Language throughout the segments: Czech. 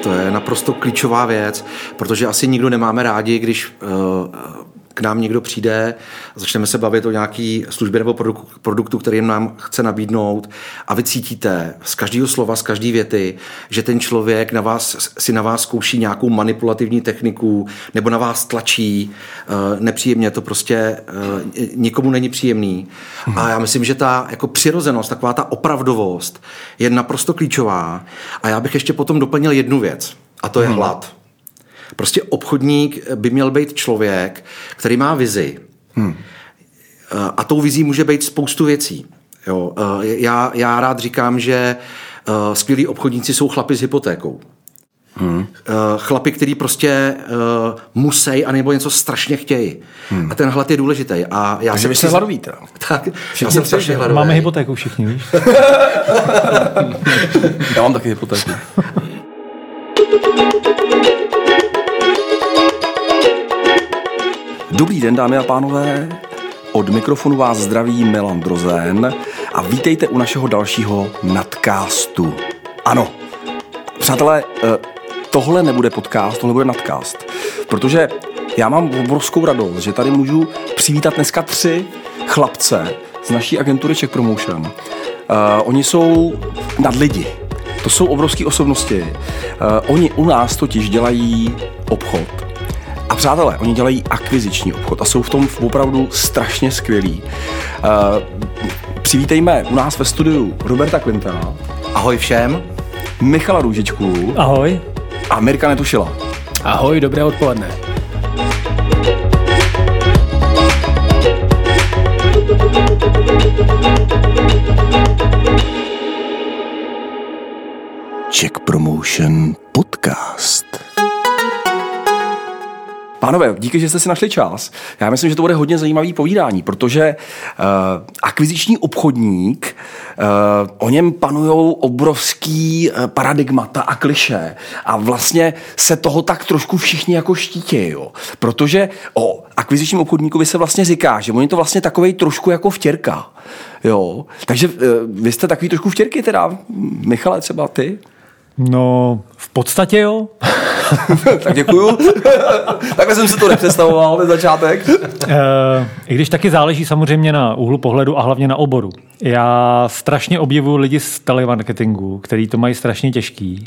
To je naprosto klíčová věc, protože asi nikdo nemáme rádi, když k nám někdo přijde, začneme se bavit o nějaký službě nebo produktu, který nám chce nabídnout a vy cítíte z každého slova, z každé věty, že ten člověk si na vás zkouší nějakou manipulativní techniku nebo na vás tlačí nepříjemně, to prostě nikomu není příjemný. A já myslím, že ta jako přirozenost, taková ta opravdovost je naprosto klíčová. A já bych ještě potom doplnil jednu věc, a to je hlad. Prostě obchodník by měl být člověk, který má vizi. A tou vizí může být spoustu věcí. Jo. Já rád říkám, že skvělí obchodníci jsou chlapi s hypotékou. Chlapi, který prostě musí anebo něco strašně chtějí. A ten hlad je důležitý. Takže vy jste hladoví teda. Tak, já jsem strašně hladový. Máme hypotéku všichni, víš? Já mám taky hypotéku. Dobrý den, dámy a pánové. Od mikrofonu vás zdraví Milan Drozen a vítejte u našeho dalšího nadcastu. Ano, přátelé, tohle nebude podcast, tohle bude nadcast, protože já mám obrovskou radost, že tady můžu přivítat dneska 3 chlapce z naší agentury Czech Promotion. Oni jsou nadlidi. To jsou obrovské osobnosti. Oni u nás totiž dělají obchod. A přátelé, oni dělají akviziční obchod a jsou v tom opravdu strašně skvělí. Přivítejme u nás ve studiu Roberta Klinta. Ahoj všem. Michala Růžičku. Ahoj. A Mirka Netušila. Ahoj, dobré odpoledne. Czech Promotion Podcast. Pánové, díky, že jste si našli čas. Já myslím, že to bude hodně zajímavý povídání, protože akviziční obchodník, o něm panujou obrovský paradigmata a klišé a vlastně se toho tak trošku všichni jako štítí, jo. Protože o akvizičním obchodníkovi se vlastně říká, že on je to vlastně takovej trošku jako vtěrka, jo. Takže vy jste takový trošku vtěrky teda, Michale, třeba ty? No, v podstatě jo. Tak děkuju. Takhle jsem si to nepředstavoval na začátek. I když taky záleží samozřejmě na úhlu pohledu a hlavně na oboru. Já strašně obdivuju lidi z telemarketingu, který to mají strašně těžký.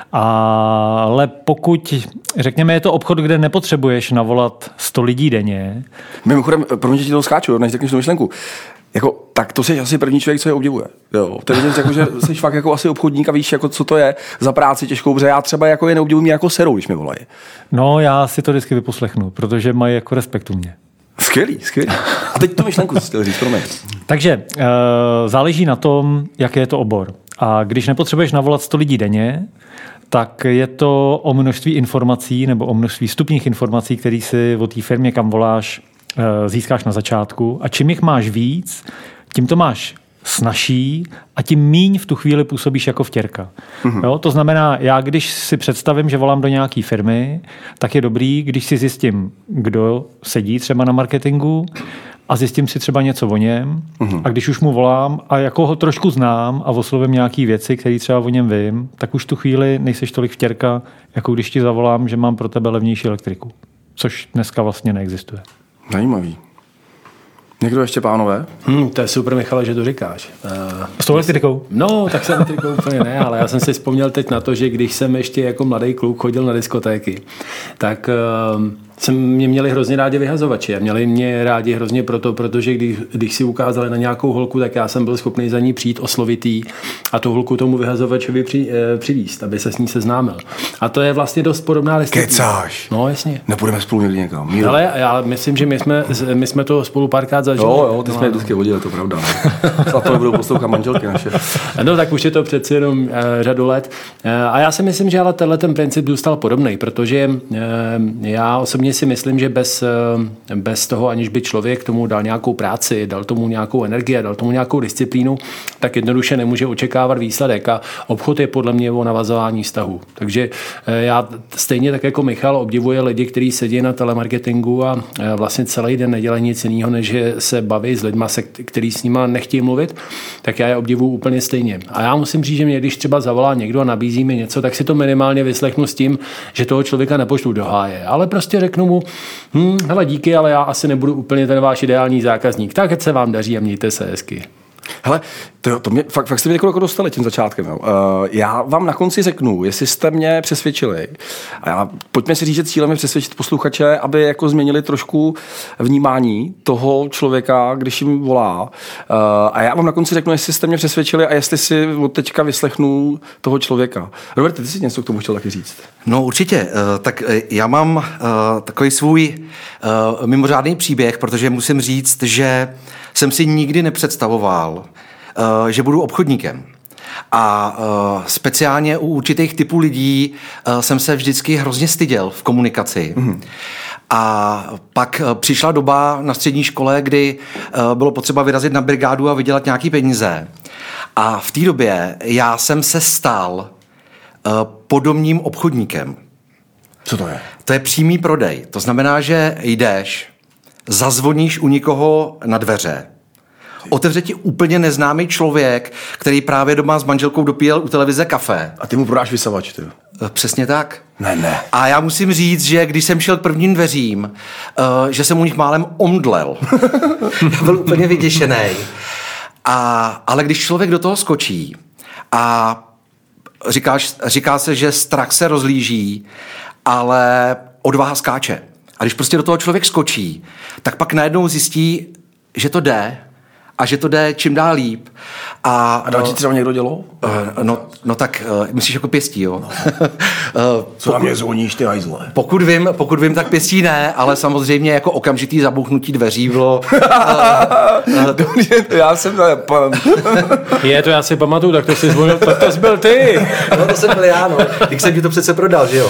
Ale pokud, řekněme, je to obchod, kde nepotřebuješ navolat 100 lidí denně. Mimochodem, promiň, že ti to skáču, než řekneš tu myšlenku. Jako, tak to jsi asi první člověk, co je obdivuje. Jo. Tedy jsem řekl, že jsi fakt jako asi obchodník a víš, jako, co to je za práci těžkou, protože já třeba jako je neobdivuji jako serou, když mi volají. No, já si to vždycky vyposlechnu, protože mají jako respekt u mě. Skvělý. A teď tu myšlenku si chtěl říct, promiň. Takže záleží na tom, jaký je to obor. A když nepotřebuješ navolat 100 lidí denně, tak je to o množství informací nebo o množství vstupních informací, které si o té firmě, kam voláš, získáš na začátku. A čím jich máš víc, tím to máš snazší a tím míň v tu chvíli působíš jako vtěrka. Jo? To znamená, já když si představím, že volám do nějaké firmy, tak je dobrý, když si zjistím, kdo sedí třeba na marketingu a zjistím si třeba něco o něm a když už mu volám a jako ho trošku znám a oslovím nějaké věci, které třeba o něm vím, tak už tu chvíli nejseš tolik vtěrka, jako když ti zavolám, že mám pro tebe levnější elektriku. Což dneska vlastně neexistuje. Zajímavý. Někdo ještě, pánové? To je super, Michale, že to říkáš. S tou elektrikou? No, tak se elektrikou úplně ne, ale já jsem si vzpomněl teď na to, že když jsem ještě jako mladý kluk chodil na diskotéky, tak mě měli hrozně rádi vyhazovači a měli mě rádi hrozně protože když si ukázali na nějakou holku, tak já jsem byl schopný za ní přijít, oslovit jí a tu holku tomu vyhazovačovi přivízt, aby se s ní seznámil. A to je vlastně dost podobná disciplína. Kecáš. No, jasně. Nepůjdeme spolu někdy někam. Ale já myslím, že my jsme to spolu párkrát zažili. Jo, ty jsme vždycky vodili, to pravda. A to nebudou poslouchat manželky naše. No tak už je to přeci jenom řadu let. A já si myslím, že ale tenhle ten princip zůstal podobný, protože já osobně osobně si myslím, že bez toho, aniž by člověk tomu dal nějakou práci, dal tomu nějakou energii, dal tomu nějakou disciplínu, tak jednoduše nemůže očekávat výsledek. A obchod je podle mě o navazování vztahu. Takže já stejně tak jako Michal obdivuji lidi, kteří sedí na telemarketingu a vlastně celý den nedělají nic jiného, než se baví s lidma, který s nima nechtějí mluvit, tak já je obdivuji úplně stejně. A já musím říct, že mě, když třeba zavolá někdo a nabízí mi něco, tak si to minimálně vyslechnu s tím, že toho člověka nepošlu do háje. Ale prostě řeknu mu, hele, díky, ale já asi nebudu úplně ten váš ideální zákazník. Tak ať se vám daří a mějte se hezky. Hele, to mě, fakt jste mě jako dostali tím začátkem. Jo. Já vám na konci řeknu, jestli jste mě přesvědčili. A pojďme si říct, že cílem je přesvědčit posluchače, aby jako změnili trošku vnímání toho člověka, když jim volá. A já vám na konci řeknu, jestli jste mě přesvědčili a jestli si od teďka vyslechnu toho člověka. Robert, ty jsi něco k tomu chtěl taky říct? No určitě. Tak já mám takový svůj mimořádný příběh, protože musím říct, že jsem si nikdy nepředstavoval, že budu obchodníkem. A speciálně u určitých typů lidí jsem se vždycky hrozně styděl v komunikaci. A pak přišla doba na střední škole, kdy bylo potřeba vyrazit na brigádu a vydělat nějaký peníze. A v té době já jsem se stal podomním obchodníkem. Co to je? To je přímý prodej. To znamená, že jdeš, zazvoníš u nikoho na dveře, otevře ti úplně neznámý člověk, který právě doma s manželkou dopíjel u televize kafe. A ty mu prodáš vysavač, ty. Přesně tak. Ne. A já musím říct, že když jsem šel k prvním dveřím, že jsem u nich málem omdlel. Já byl úplně vyděšený. Ale když člověk do toho skočí a říká se, že strach se rozlíží, ale odvaha skáče. A když prostě do toho člověk skočí, tak pak najednou zjistí, že to jde a že to jde čím dál líp. A dal ti třeba někdo dělo? No tak myslíš jako pěstí, jo? Co na mě zvoníš, ty hajzle? Pokud vím, tak pěstí ne, ale samozřejmě jako okamžitý zabuchnutí dveří bylo... Já jsem to to já si pamatuju, tak to jsi zvonil, tak to jsi byl ty. No to jsem byl já, no. Když jsem ti to přece prodal, že jo?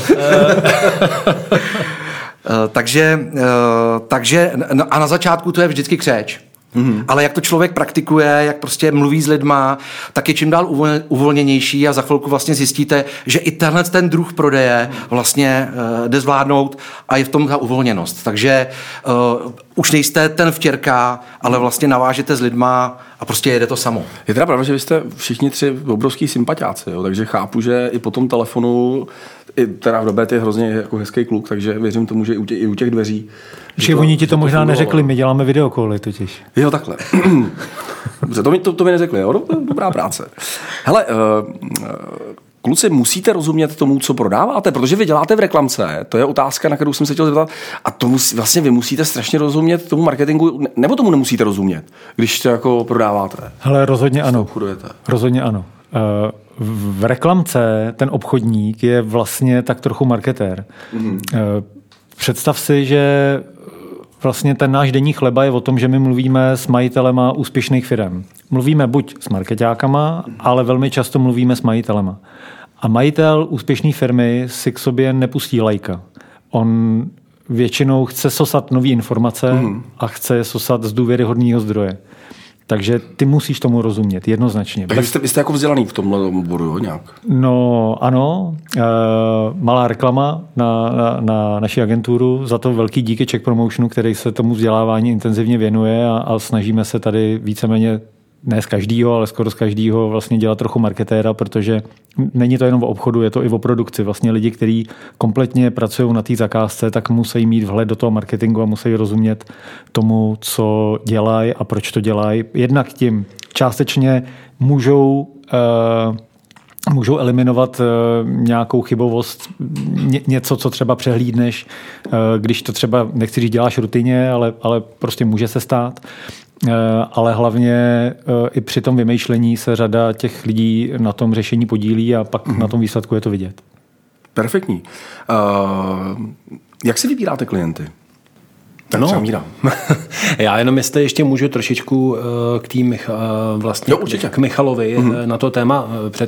Takže a na začátku to je vždycky křeč. Ale jak to člověk praktikuje, jak prostě mluví s lidma, tak je čím dál uvolněnější a za chvilku vlastně zjistíte, že i tenhle ten druh prodeje vlastně jde zvládnout a je v tom ta uvolněnost. Takže už nejste ten vtěrka, ale vlastně navážete s lidma a prostě jede to samo. Je teda pravda, že vy jste všichni tři obrovský sympatiáci, jo? Takže chápu, že i po tom telefonu, i teda v době je hrozně jako hezký kluk, takže věřím tomu, že i u těch dveří. Že oni ti to možná neřekli, my děláme videokoly totiž. Jo, takhle. to mi neřekli, jo? Dobrá práce. Hele, kluci, musíte rozumět tomu, co prodáváte, protože vy děláte v reklamce, to je otázka, na kterou jsem se chtěl zeptat, a vlastně vy musíte strašně rozumět tomu marketingu, nebo tomu nemusíte rozumět, když to jako prodáváte? Hele, rozhodně ano. Obchodujete. Rozhodně ano. V reklamce ten obchodník je vlastně tak trochu marketér. Představ si, že vlastně ten náš denní chleba je o tom, že my mluvíme s majitelema úspěšných firem. Mluvíme buď s markeťákama, ale velmi často mluvíme s majitelema. A majitel úspěšné firmy si k sobě nepustí lajka. On většinou chce sosat nové informace a chce je sosat z důvěryhodného zdroje. Takže ty musíš tomu rozumět, jednoznačně. Takže vy jste jako vzdělaný v tomhle oboru, jo, nějak? No, ano. Malá reklama na naši agenturu. Za to velký díky Czech Promotionu, který se tomu vzdělávání intenzivně věnuje a snažíme se tady víceméně ne z každého, ale skoro z každého vlastně dělat trochu marketéra, protože není to jenom o obchodu, je to i o produkci. Vlastně lidi, kteří kompletně pracují na té zakázce, tak musí mít vhled do toho marketingu a musí rozumět tomu, co dělají a proč to dělají. Jednak tím částečně můžou eliminovat nějakou chybovost, něco, co třeba přehlídneš, když to třeba, nechci říct, děláš rutině, ale prostě může se stát. Ale hlavně i při tom vymýšlení se řada těch lidí na tom řešení podílí a pak na tom výsledku je to vidět. Perfektní. Jak si vybíráte klienty? No. Míra. Já jenom jestli ještě můžu trošičku k Michalovi na to téma,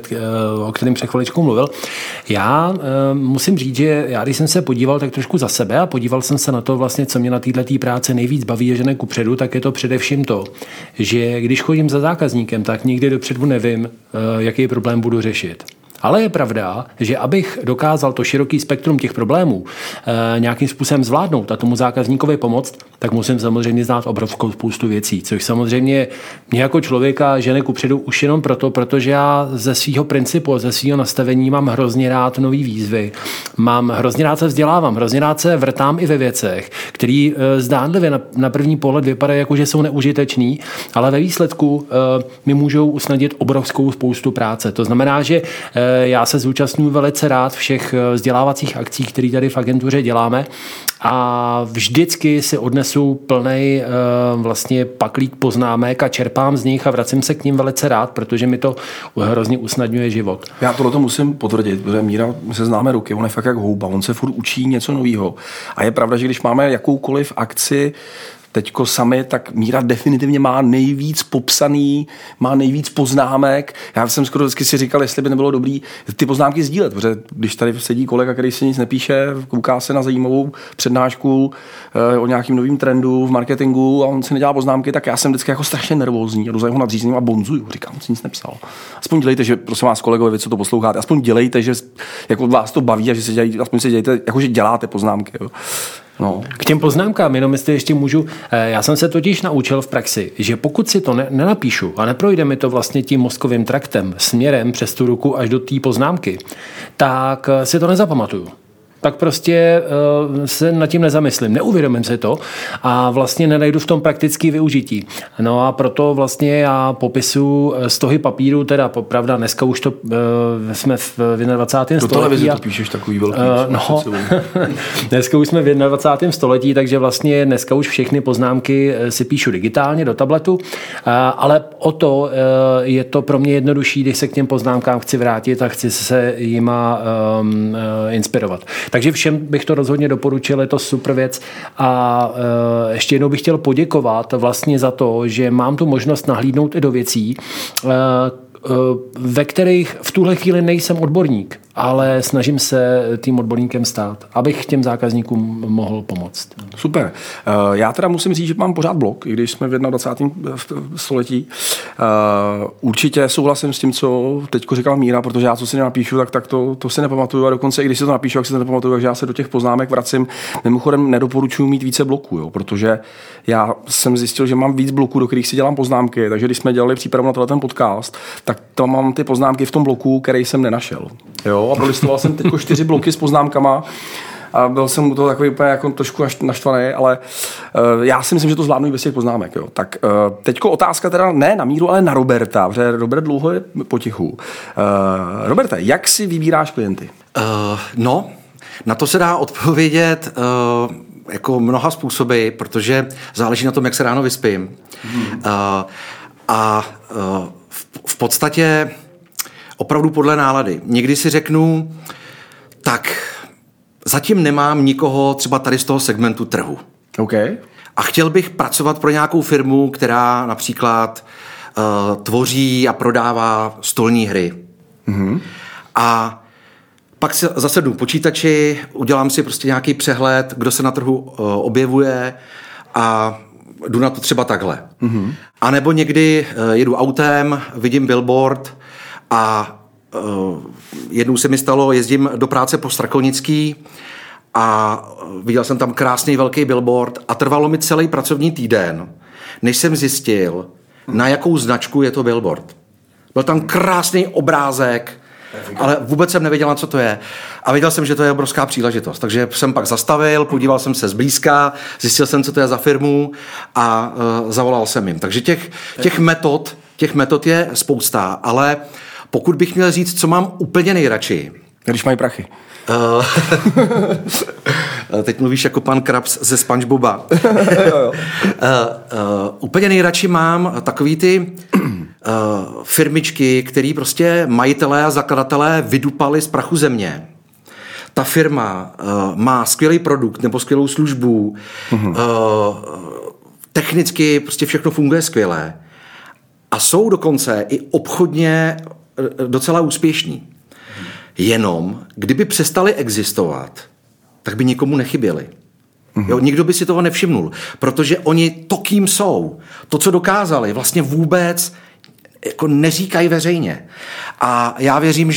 o kterém před chviličkou mluvil. Já musím říct, že já když jsem se podíval tak trošku za sebe a podíval jsem se na to vlastně, co mě na této práci nejvíc baví a žene kupředu, tak je to především to, že když chodím za zákazníkem, tak nikdy dopředu nevím, jaký problém budu řešit. Ale je pravda, že abych dokázal to široký spektrum těch problémů nějakým způsobem zvládnout a tomu zákazníkovi pomoct, tak musím samozřejmě znát obrovskou spoustu věcí, což samozřejmě mě jako člověka žene kupředu už jenom proto, protože já ze svého principu, ze svého nastavení mám hrozně rád nový výzvy, mám hrozně rád se vzdělávám, hrozně rád se vrtám i ve věcech, které zdánlivě na první pohled vypadají jako, že jsou neužitečný, ale ve výsledku mi můžou usnadnit obrovskou spoustu práce. To znamená, že já se zúčastňuji velice rád všech vzdělávacích akcí, které tady v agentuře děláme a vždycky si odnesu plnej vlastně paklík poznámek a čerpám z nich a vracím se k ním velice rád, protože mi to hrozně usnadňuje život. Já tohle musím potvrdit, protože Míra, my se známe roky, on je fakt jak houba, on se furt učí něco nového. A je pravda, že když máme jakoukoliv akci teďko sami, tak Míra definitivně má nejvíc popsaný, má nejvíc poznámek. Já jsem skoro vždycky si říkal, jestli by nebylo dobrý ty poznámky sdílet, protože když tady sedí kolega, který si nic nepíše, kouká se na zajímavou přednášku o nějakým novým trendu v marketingu a on si nedělá poznámky, tak já jsem vždycky jako strašně nervózní a jdu za jeho nadřízeným a bonzuju. Říkám, on si nic nepsal. Aspoň dělejte, že prosím vás kolegové, vy co to posloucháte, aspoň dělejte, že jako vás to baví a že si dělají, aspoň si dělejte, jako že děláte poznámky. Jo. No. K těm poznámkám, jenom jestli ještě můžu, já jsem se totiž naučil v praxi, že pokud si to nenapíšu a neprojde mi to vlastně tím mozkovým traktem směrem přes tu ruku až do té poznámky, tak si to nezapamatuju. Tak prostě se nad tím nezamyslím, neuvědomím si to a vlastně nenajdu v tom praktické využití. No a proto vlastně já popisuju stohy papíru, teda pravda, dneska už to jsme v 21. století. Do televize to píšeš takový velký. Dneska už jsme v 21. století, takže vlastně dneska už všechny poznámky si píšu digitálně do tabletu, ale o to je to pro mě jednodušší, když se k těm poznámkám chci vrátit a chci se jima inspirovat. Takže všem bych to rozhodně doporučil, je to super věc a ještě jednou bych chtěl poděkovat vlastně za to, že mám tu možnost nahlídnout i do věcí, ve kterých v tuhle chvíli nejsem odborník, ale snažím se tím odborníkem stát, abych těm zákazníkům mohl pomoct. Super. Já teda musím říct, že mám pořád blog, i když jsme v 21. století. Určitě souhlasím s tím, co teďko říkala Míra, protože já, co si nenapíšu, tak to si nepamatuju a dokonce i když si to napíšu, tak si to nepamatuju, takže já se do těch poznámek vracím. Mimochodem nedoporučuji mít více bloků, jo, protože já jsem zjistil, že mám víc bloků, do kterých si dělám poznámky, takže když jsme dělali přípravu na ten podcast, tak tam mám ty poznámky v tom bloku, který jsem nenašel. Jo, a prolistoval jsem teď 4 bloky s poznámkama a byl jsem u toho takový úplně jako trošku naštvaný, ale já si myslím, že to zvládnu i bez těch poznámek. Jo. Tak teďko otázka teda ne na Míru, ale na Roberta, protože Robert dlouho je potichu. Roberte, jak si vybíráš klienty? No, na to se dá odpovědět jako mnoha způsoby, protože záleží na tom, jak se ráno vyspím. V podstatě opravdu podle nálady. Někdy si řeknu, tak zatím nemám nikoho třeba tady z toho segmentu trhu. Okay. A chtěl bych pracovat pro nějakou firmu, která například tvoří a prodává stolní hry. Mm-hmm. A pak si zasedu k počítači, udělám si prostě nějaký přehled, kdo se na trhu objevuje a jdu na to třeba takhle. Mm-hmm. A nebo někdy jedu autem, vidím billboard a jednou se mi stalo, jezdím do práce po Strakolnický a viděl jsem tam krásný velký billboard a trvalo mi celý pracovní týden, než jsem zjistil, na jakou značku je to billboard. Byl tam krásný obrázek, ale vůbec jsem nevěděl, co to je. A věděl jsem, že to je obrovská příležitost. Takže jsem pak zastavil, podíval jsem se zblízka, zjistil jsem, co to je za firmu a zavolal jsem jim. Takže těch metod je spousta, ale pokud bych měl říct, co mám úplně nejradši. Když mají prachy. Teď mluvíš jako pan Krabs ze SpongeBoba. Úplně nejradši mám takový ty firmičky, který prostě majitelé a zakladatelé vydupali z prachu země. ta firma má skvělý produkt nebo skvělou službu, technicky prostě všechno funguje skvěle a jsou dokonce i obchodně docela úspěšní. Jenom, kdyby přestali existovat, tak by nikomu nechyběli. Jo, nikdo by si toho nevšimnul, protože oni to, kým jsou, to, co dokázali, vlastně vůbec jako neříkají veřejně. A já věřím,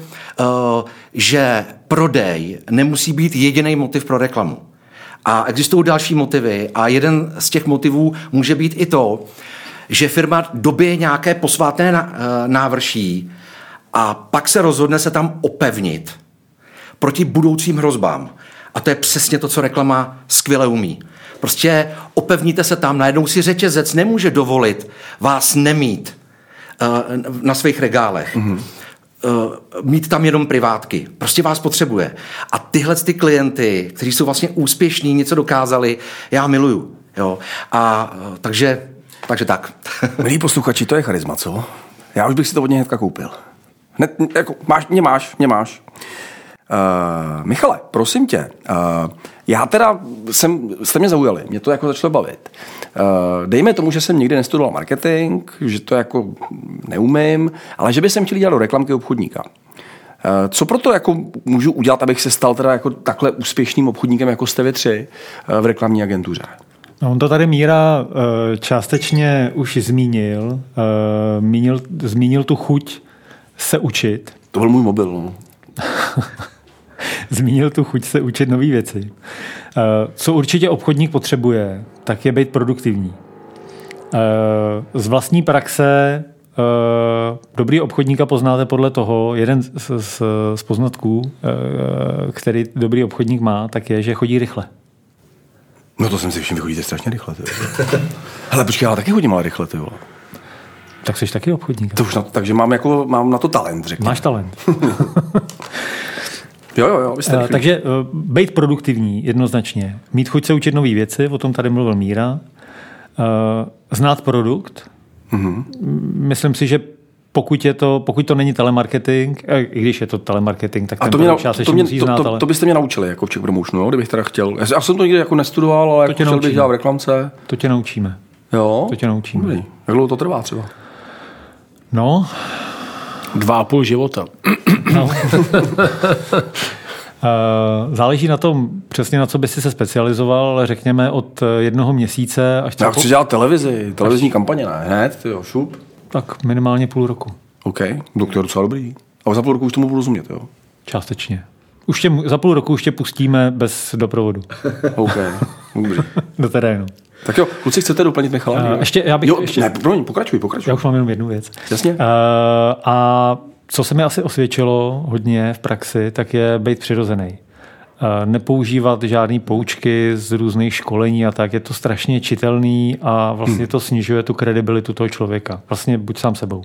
že prodej nemusí být jediný motiv pro reklamu. A existují další motivy a jeden z těch motivů může být i to, že firma dobije nějaké posvátné návrší a pak se rozhodne se tam opevnit proti budoucím hrozbám. A to je přesně to, co reklama skvěle umí. Prostě opevníte se tam, najednou si řetězec nemůže dovolit vás nemít na svých regálech. Mít tam jenom privátky. Prostě vás potřebuje. A tyhle ty klienty, kteří jsou vlastně úspěšní, něco dokázali, já miluju. Jo? A takže tak. Milí posluchači, to je charisma, co? Já už bych si to od něj hnedka koupil. Hned, jako, mě máš. Michale, prosím tě, já teda jste mě zaujali, mě to jako začalo bavit. Dejme tomu, že jsem nikdy nestudoval marketing, že to jako neumím, ale že bych jsem chtěl dělat do reklamky obchodníka. Co proto jako můžu udělat, abych se stal teda jako takhle úspěšným obchodníkem, jako jste vy tři v reklamní agentuře? No, on to tady Míra částečně už zmínil tu chuť se učit. To byl můj mobil, no. Zmínil tu chuť se učit nové věci. Co určitě obchodník potřebuje, tak je být produktivní. Z vlastní praxe dobrý obchodníka poznáte podle toho, jeden z poznatků, který dobrý obchodník má, tak je, že chodí rychle. No to jsem si všim, vy chodíte strašně rychle. Hele, počkej, já taky chodím ale rychle, ty vole. Tak jsi taky obchodník. Takže mám na to talent, řekněme. Máš talent. Jo. Takže být produktivní jednoznačně. Mít chuť se učit nové věci, o tom tady mluvil Míra. Znát produkt. Mm-hmm. Myslím si, že pokud to není telemarketing, i když je to telemarketing, tak ten produkt částečně musí znát. To byste mě naučili jako v Czech Promotionu, kdybych teda chtěl. Já jsem to nikdy jako nestudoval, ale jako chtěl bych dělat v reklamce. To tě naučíme. Jo? To tě naučíme. Dobrý. Jak dlouho to trvá třeba? No. 2,5 života. No. Záleží na tom přesně, na co by si se specializoval, ale řekněme od 1 měsíce až... Já chci dělat televizní kampaně, ne? Hned, tyjo, šup. Tak minimálně půl roku. OK, doktor docela dobrý. A za půl roku už tomu budu rozumět, jo? Částečně. Za půl roku už tě pustíme bez doprovodu. OK, dobrý. Do terénu. Tak jo, kluci, chcete doplnit Michala? Pokračuj. Já už mám jenom jednu věc. Jasně. A co se mi asi osvědčilo hodně v praxi, tak je být přirozený. Nepoužívat žádný poučky z různých školení a tak. Je to strašně čitelný a vlastně to snižuje tu kredibilitu toho člověka. Vlastně buď sám sebou.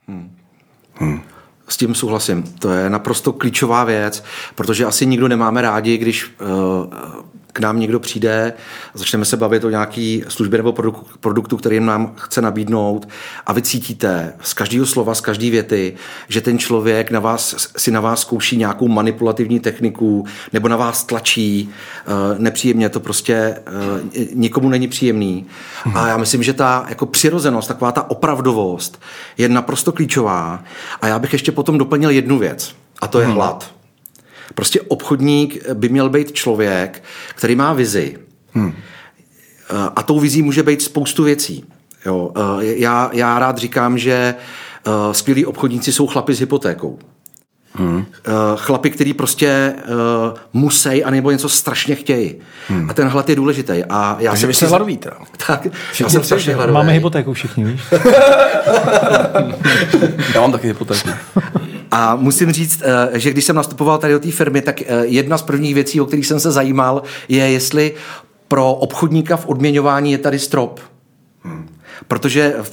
S tím souhlasím. To je naprosto klíčová věc, protože asi nikdo nemáme rádi, když k nám někdo přijde, začneme se bavit o nějaký službě nebo produktu, který nám chce nabídnout a vy cítíte z každého slova, z každé věty, že ten člověk si na vás zkouší nějakou manipulativní techniku nebo na vás tlačí nepříjemně, to prostě nikomu není příjemný. A já myslím, že ta jako přirozenost, taková ta opravdovost je naprosto klíčová. A já bych ještě potom doplnil jednu věc, a to je hlad. Prostě obchodník by měl být člověk, který má vizi. A tou vizí může být spoustu věcí. Jo. Já rád říkám, že skvělí obchodníci jsou chlapi s hypotékou. Chlapi, který prostě musí a nebo něco strašně chtějí. A ten hlad je důležitý. Takže vy se hladovíte. Tak, já jsem strašně hladový. Máme hypotéku všichni, víš? Já mám taky hypotéku. A musím říct, že když jsem nastupoval tady do té firmy, tak jedna z prvních věcí, o kterých jsem se zajímal, je, jestli pro obchodníka v odměňování je tady strop. Protože v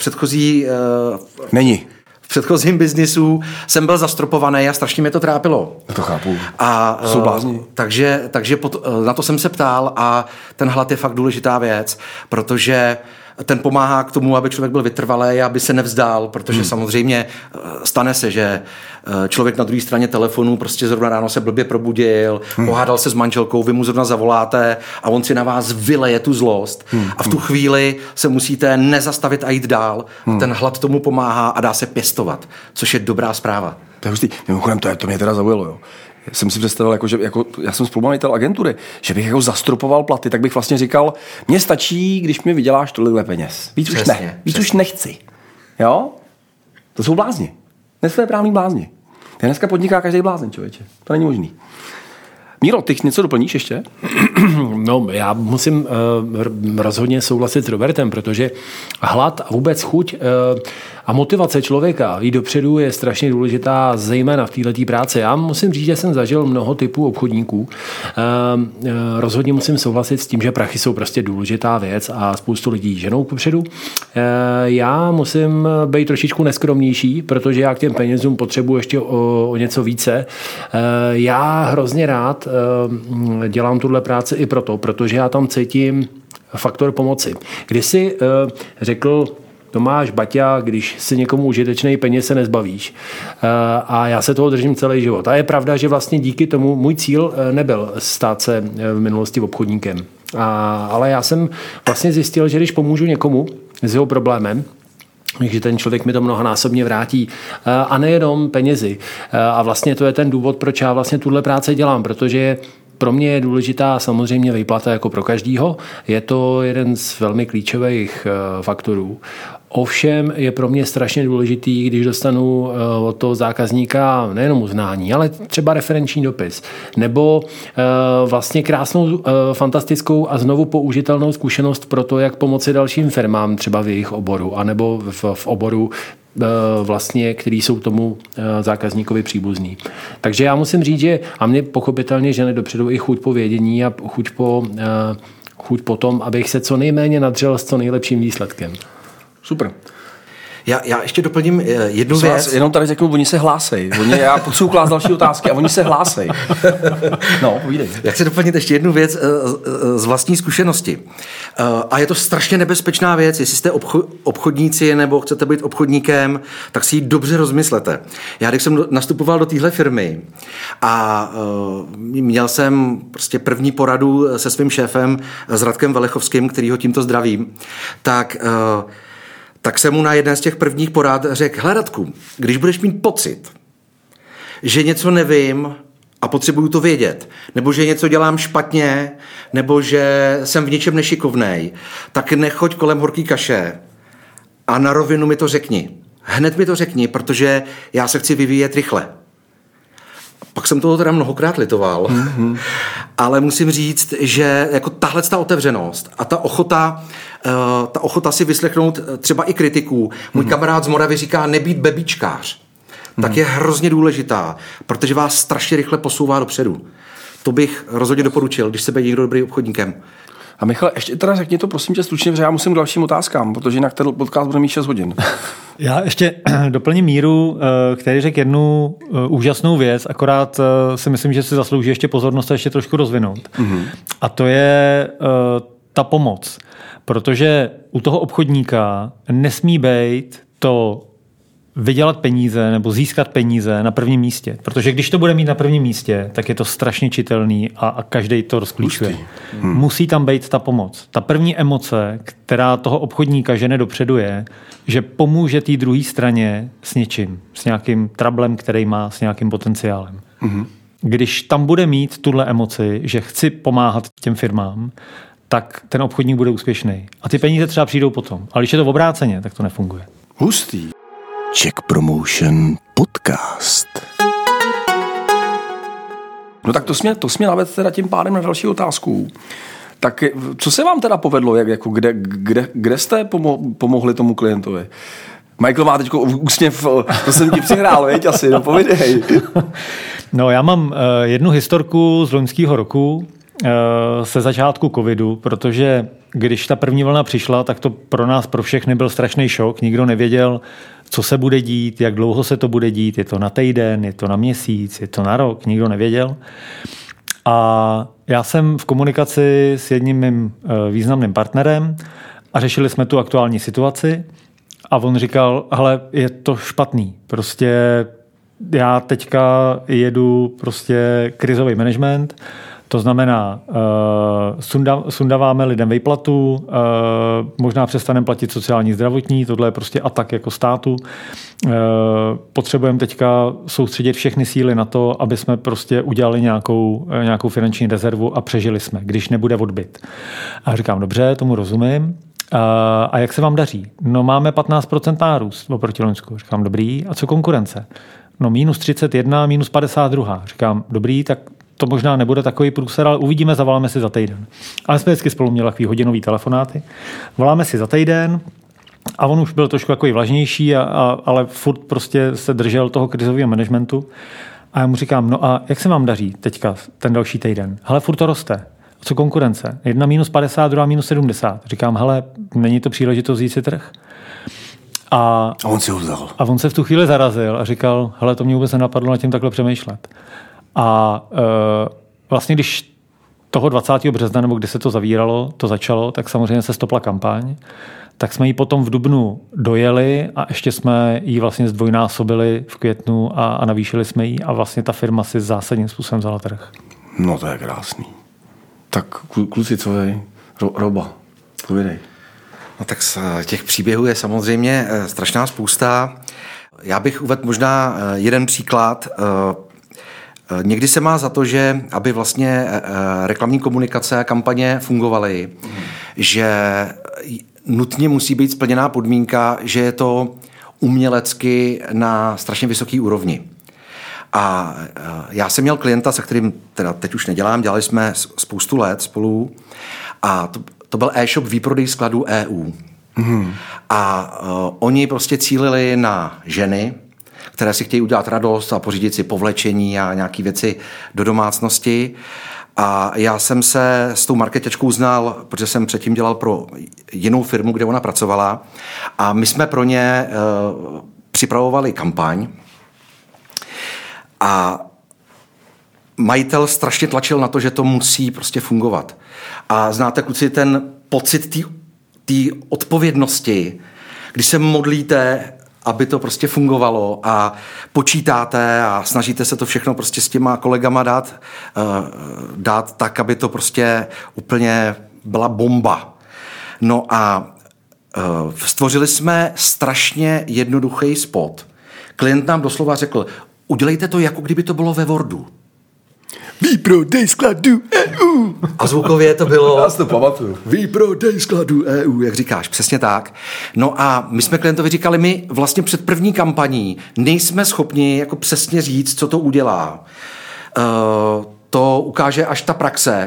předchozím biznisu jsem byl zastropovaný a strašně mě to trápilo. Já to chápu. Jsou blázni. Takže na to jsem se ptal a ten hlad je fakt důležitá věc, protože ten pomáhá k tomu, aby člověk byl vytrvalý, aby se nevzdál, protože samozřejmě stane se, že člověk na druhé straně telefonu prostě zrovna ráno se blbě probudil, pohádal se s manželkou, vy mu zrovna zavoláte a on si na vás vyleje tu zlost a v tu chvíli se musíte nezastavit a jít dál. Ten hlad tomu pomáhá a dá se pěstovat, což je dobrá zpráva. To je hustý. Mimochodem, to mě teda zaujalo, jo. Já jsem si představil, že já jsem spolumajitel agentury, že bych jako zastropoval platy, tak bych vlastně říkal, mně stačí, když mi vyděláš tolik peněz. Víc už ne. Víc už nechci. Jo? To jsou blázni. Nesvéprávný blázni. Dneska podniká každý blázen, člověče. To není možný. Míro, ty něco doplníš ještě? No, já musím rozhodně souhlasit s Robertem, protože hlad a vůbec chuť a motivace člověka jít dopředu je strašně důležitá, zejména v této práci. Já musím říct, že jsem zažil mnoho typů obchodníků. Rozhodně musím souhlasit s tím, že prachy jsou prostě důležitá věc a spoustu lidí ženou kupředu. Já musím být trošičku neskromnější, protože já k těm penězům potřebuji ještě o něco více. Já hrozně rád dělám tuhle práci i proto, protože já tam cítím faktor pomoci. Když si řekl Tomáš Baťa, když si někomu užitečný peněz se nezbavíš. A já se toho držím celý život. A je pravda, že vlastně díky tomu můj cíl nebyl stát se v minulosti obchodníkem. Ale já jsem vlastně zjistil, že když pomůžu někomu s jeho problémem, že ten člověk mi to mnohonásobně vrátí. A nejenom penězi. A vlastně to je ten důvod, proč já vlastně tuhle práci dělám, protože pro mě je důležitá samozřejmě výplata jako pro každýho. Je to jeden z velmi klíčových faktorů. Ovšem je pro mě strašně důležitý, když dostanu od toho zákazníka nejenom uznání, ale třeba referenční dopis. Nebo vlastně krásnou, fantastickou a znovu použitelnou zkušenost pro to, jak pomoci dalším firmám třeba v jejich oboru, anebo v oboru vlastně, který jsou tomu zákazníkovi příbuzný. Takže já musím říct, že a mě pochopitelně žene dopředu i chuť po vědění a chuť po tom, abych se co nejméně nadřel s co nejlepším výsledkem. Super. Já ještě doplním jednu věc. Jenom tady řeknu, oni se hlásej. Já potřebuji klást další otázky a oni se hlásej. No, povídej. Já chci doplnit ještě jednu věc z vlastní zkušenosti. A je to strašně nebezpečná věc. Jestli jste obchodníci nebo chcete být obchodníkem, tak si ji dobře rozmyslete. Já když jsem nastupoval do téhle firmy a měl jsem prostě první poradu se svým šéfem s Radkem Velechovským, kterýho tímto zdravím, tak jsem mu na jeden z těch prvních porad řekl, hele Radku, když budeš mít pocit, že něco nevím a potřebuju to vědět, nebo že něco dělám špatně, nebo že jsem v něčem nešikovnej, tak nechoď kolem horký kaše a na rovinu mi to řekni. Hned mi to řekni, protože já se chci vyvíjet rychle. Pak jsem toho teda mnohokrát litoval, ale musím říct, že jako tahleta otevřenost a ta ochota si vyslechnout třeba i kritiků. Můj kamarád z Moravy říká nebýt bebičkář. Tak je hrozně důležitá, protože vás strašně rychle posouvá dopředu. To bych rozhodně doporučil, když se bude někdo dobrý obchodníkem. A Michale, ještě teda řekni to prosím tě stručně, protože já musím k dalším otázkám, protože jinak ten podcast bude mít 6 hodin. Já ještě doplním Míru, který řekl jednu úžasnou věc, akorát si myslím, že si zaslouží ještě pozornost a ještě trošku rozvinout. A to je ta pomoc. Protože u toho obchodníka nesmí být to vydělat peníze nebo získat peníze na prvním místě. Protože když to bude mít na prvním místě, tak je to strašně čitelný a každej to rozklíčuje. Musí tam být ta pomoc. Ta první emoce, která toho obchodníka žene dopředu je, že pomůže té druhé straně s něčím, s nějakým trablem, který má, s nějakým potenciálem. Když tam bude mít tuhle emoci, že chci pomáhat těm firmám, tak ten obchodník bude úspěšný. A ty peníze třeba přijdou potom. Ale když je to obráceně, tak to nefunguje. Hustý. Czech Promotion Podcast. No tak to jsme navedl teda tím pádem na další otázku. Tak co se vám teda povedlo? Kde jste pomohli tomu klientovi? Michael má teď úsměv, to jsem ti přihrál, veď asi, no povídej. No já mám jednu historku z loňského roku, se začátku covidu, protože když ta první vlna přišla, tak to pro nás, pro všechny byl strašný šok. Nikdo nevěděl, co se bude dít, jak dlouho se to bude dít. Je to na týden, je to na měsíc, je to na rok, nikdo nevěděl. A já jsem v komunikaci s jedním mým významným partnerem a řešili jsme tu aktuální situaci a on říkal, hele, je to špatný, prostě já teďka jedu prostě krizový management, to znamená, sundáváme lidem výplatu, možná přestaneme platit sociální zdravotní, tohle je prostě atak jako státu. Potřebujeme teďka soustředit všechny síly na to, aby jsme prostě udělali nějakou finanční rezervu a přežili jsme, když nebude odbyt. A říkám, dobře, tomu rozumím. A jak se vám daří? No máme 15% nárůst oproti loňsku. Říkám, dobrý. A co konkurence? No minus 31, minus 52. Říkám, dobrý, tak to možná nebude takový průser, ale uvidíme, zavoláme si za týden. Ale jsme vždycky spolu měli takový hodinový telefonáty. Voláme si za týden a on už byl trošku takový vlažnější, ale furt prostě se držel toho krizového managementu. A já mu říkám, no a jak se vám daří teďka ten další týden? Hele, furt to roste. A co konkurence? Jedna minus 50, druhá minus 70. Říkám, hele, není to příležitost vzít si trh? A on si ho vzal. A on se v tu chvíli zarazil a říkal, hele, to mě vůbec nenapadlo nad tím takhle přemýšlet. A vlastně, když toho 20. března, nebo kdy se to zavíralo, to začalo, tak samozřejmě se stopla kampaň. Tak jsme ji potom v dubnu dojeli a ještě jsme ji vlastně zdvojnásobili v květnu a navýšili jsme ji a vlastně ta firma si zásadním způsobem vzala trh. No to je krásný. Tak kluci, co je? Roba, povědej. No tak z těch příběhů je samozřejmě strašná spousta. Já bych uvedl možná jeden příklad. Někdy se má za to, že aby vlastně reklamní komunikace a kampaně fungovaly, že nutně musí být splněná podmínka, že je to umělecky na strašně vysoké úrovni. A já jsem měl klienta, se kterým teda teď už nedělám, dělali jsme spoustu let spolu a to byl e-shop výprodej skladů EU. A oni prostě cílili na ženy, které si chtějí udělat radost a pořídit si povlečení a nějaké věci do domácnosti. A já jsem se s tou marketačkou znal, protože jsem předtím dělal pro jinou firmu, kde ona pracovala. A my jsme pro ně připravovali kampaň. A majitel strašně tlačil na to, že to musí prostě fungovat. A znáte, kluci, ten pocit té odpovědnosti, když se modlíte, aby to prostě fungovalo a počítáte a snažíte se to všechno prostě s těma kolegama dát tak, aby to prostě úplně byla bomba. No a stvořili jsme strašně jednoduchý spot. Klient nám doslova řekl, udělejte to, jako kdyby to bylo ve Wordu. Výprodej skladů EU. A zvukově to bylo... Já si to pamatuju. Výprodej skladů EU, jak říkáš, přesně tak. No a my jsme klientovi říkali, my vlastně před první kampaní nejsme schopni jako přesně říct, co to udělá. To ukáže až ta praxe.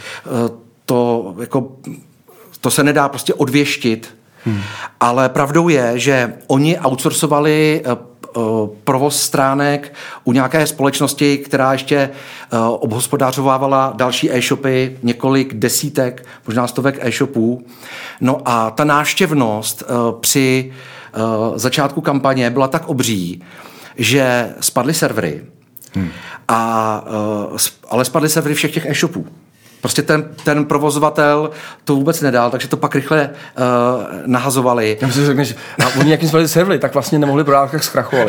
To se nedá prostě odvěštit. Ale pravdou je, že oni outsourcovali provoz stránek u nějaké společnosti, která ještě obhospodářovávala další e-shopy, několik desítek, možná stovek e-shopů. No a ta návštěvnost při začátku kampaně byla tak obří, že spadly servery, ale spadly servery všech těch e-shopů. Prostě ten provozovatel to vůbec nedal, takže to pak rychle nahazovali. Já myslím, že řekneš, oni nějakým způsobem servery, tak vlastně nemohli prodávat, jak zkrachovali.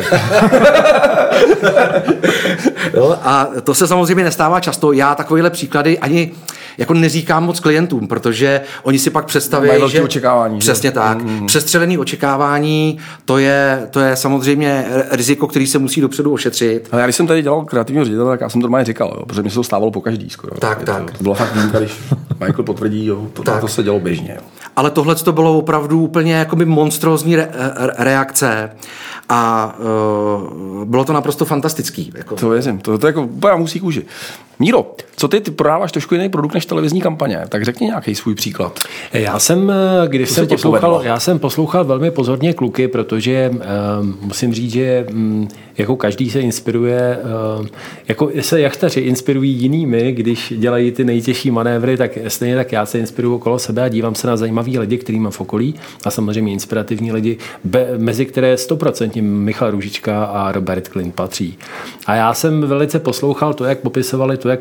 Jo, a to se samozřejmě nestává často. Já takovéhle příklady ani jako neříkám moc klientům, protože oni si pak představí, že... očekávání. Přesně tak. Přestřelený očekávání, to je samozřejmě riziko, který se musí dopředu ošetřit. Ale já když jsem tady dělal kreativního ředitele, tak já jsem to normálně říkal, jo, protože mi se to stávalo po každý skoro. Tak. To bylo fakt výjimka, když Michael potvrdí, jo, to se dělo běžně. Jo. Ale tohle to bylo opravdu úplně jakoby monstrózní reakce a bylo to naprosto fantastický. Jako. To věřím, to jako úplně musí kůži. Míro, co ty prodáváš trošku jiný produkt než televizní kampaně, tak řekni nějaký svůj příklad. Já jsem poslouchal velmi pozorně kluky, protože musím říct, že jako každý se inspiruje, jako se jachtaři inspirují jinými, když dělají ty nejtěžší manévry, tak stejně tak já se inspiruju okolo sebe a dívám se na zajímavý lidi, který mám v okolí a samozřejmě inspirativní lidi, mezi které 100% Michal Růžička a Robert Klint patří. A já jsem velice poslouchal to, jak popisovali to, jak pomohli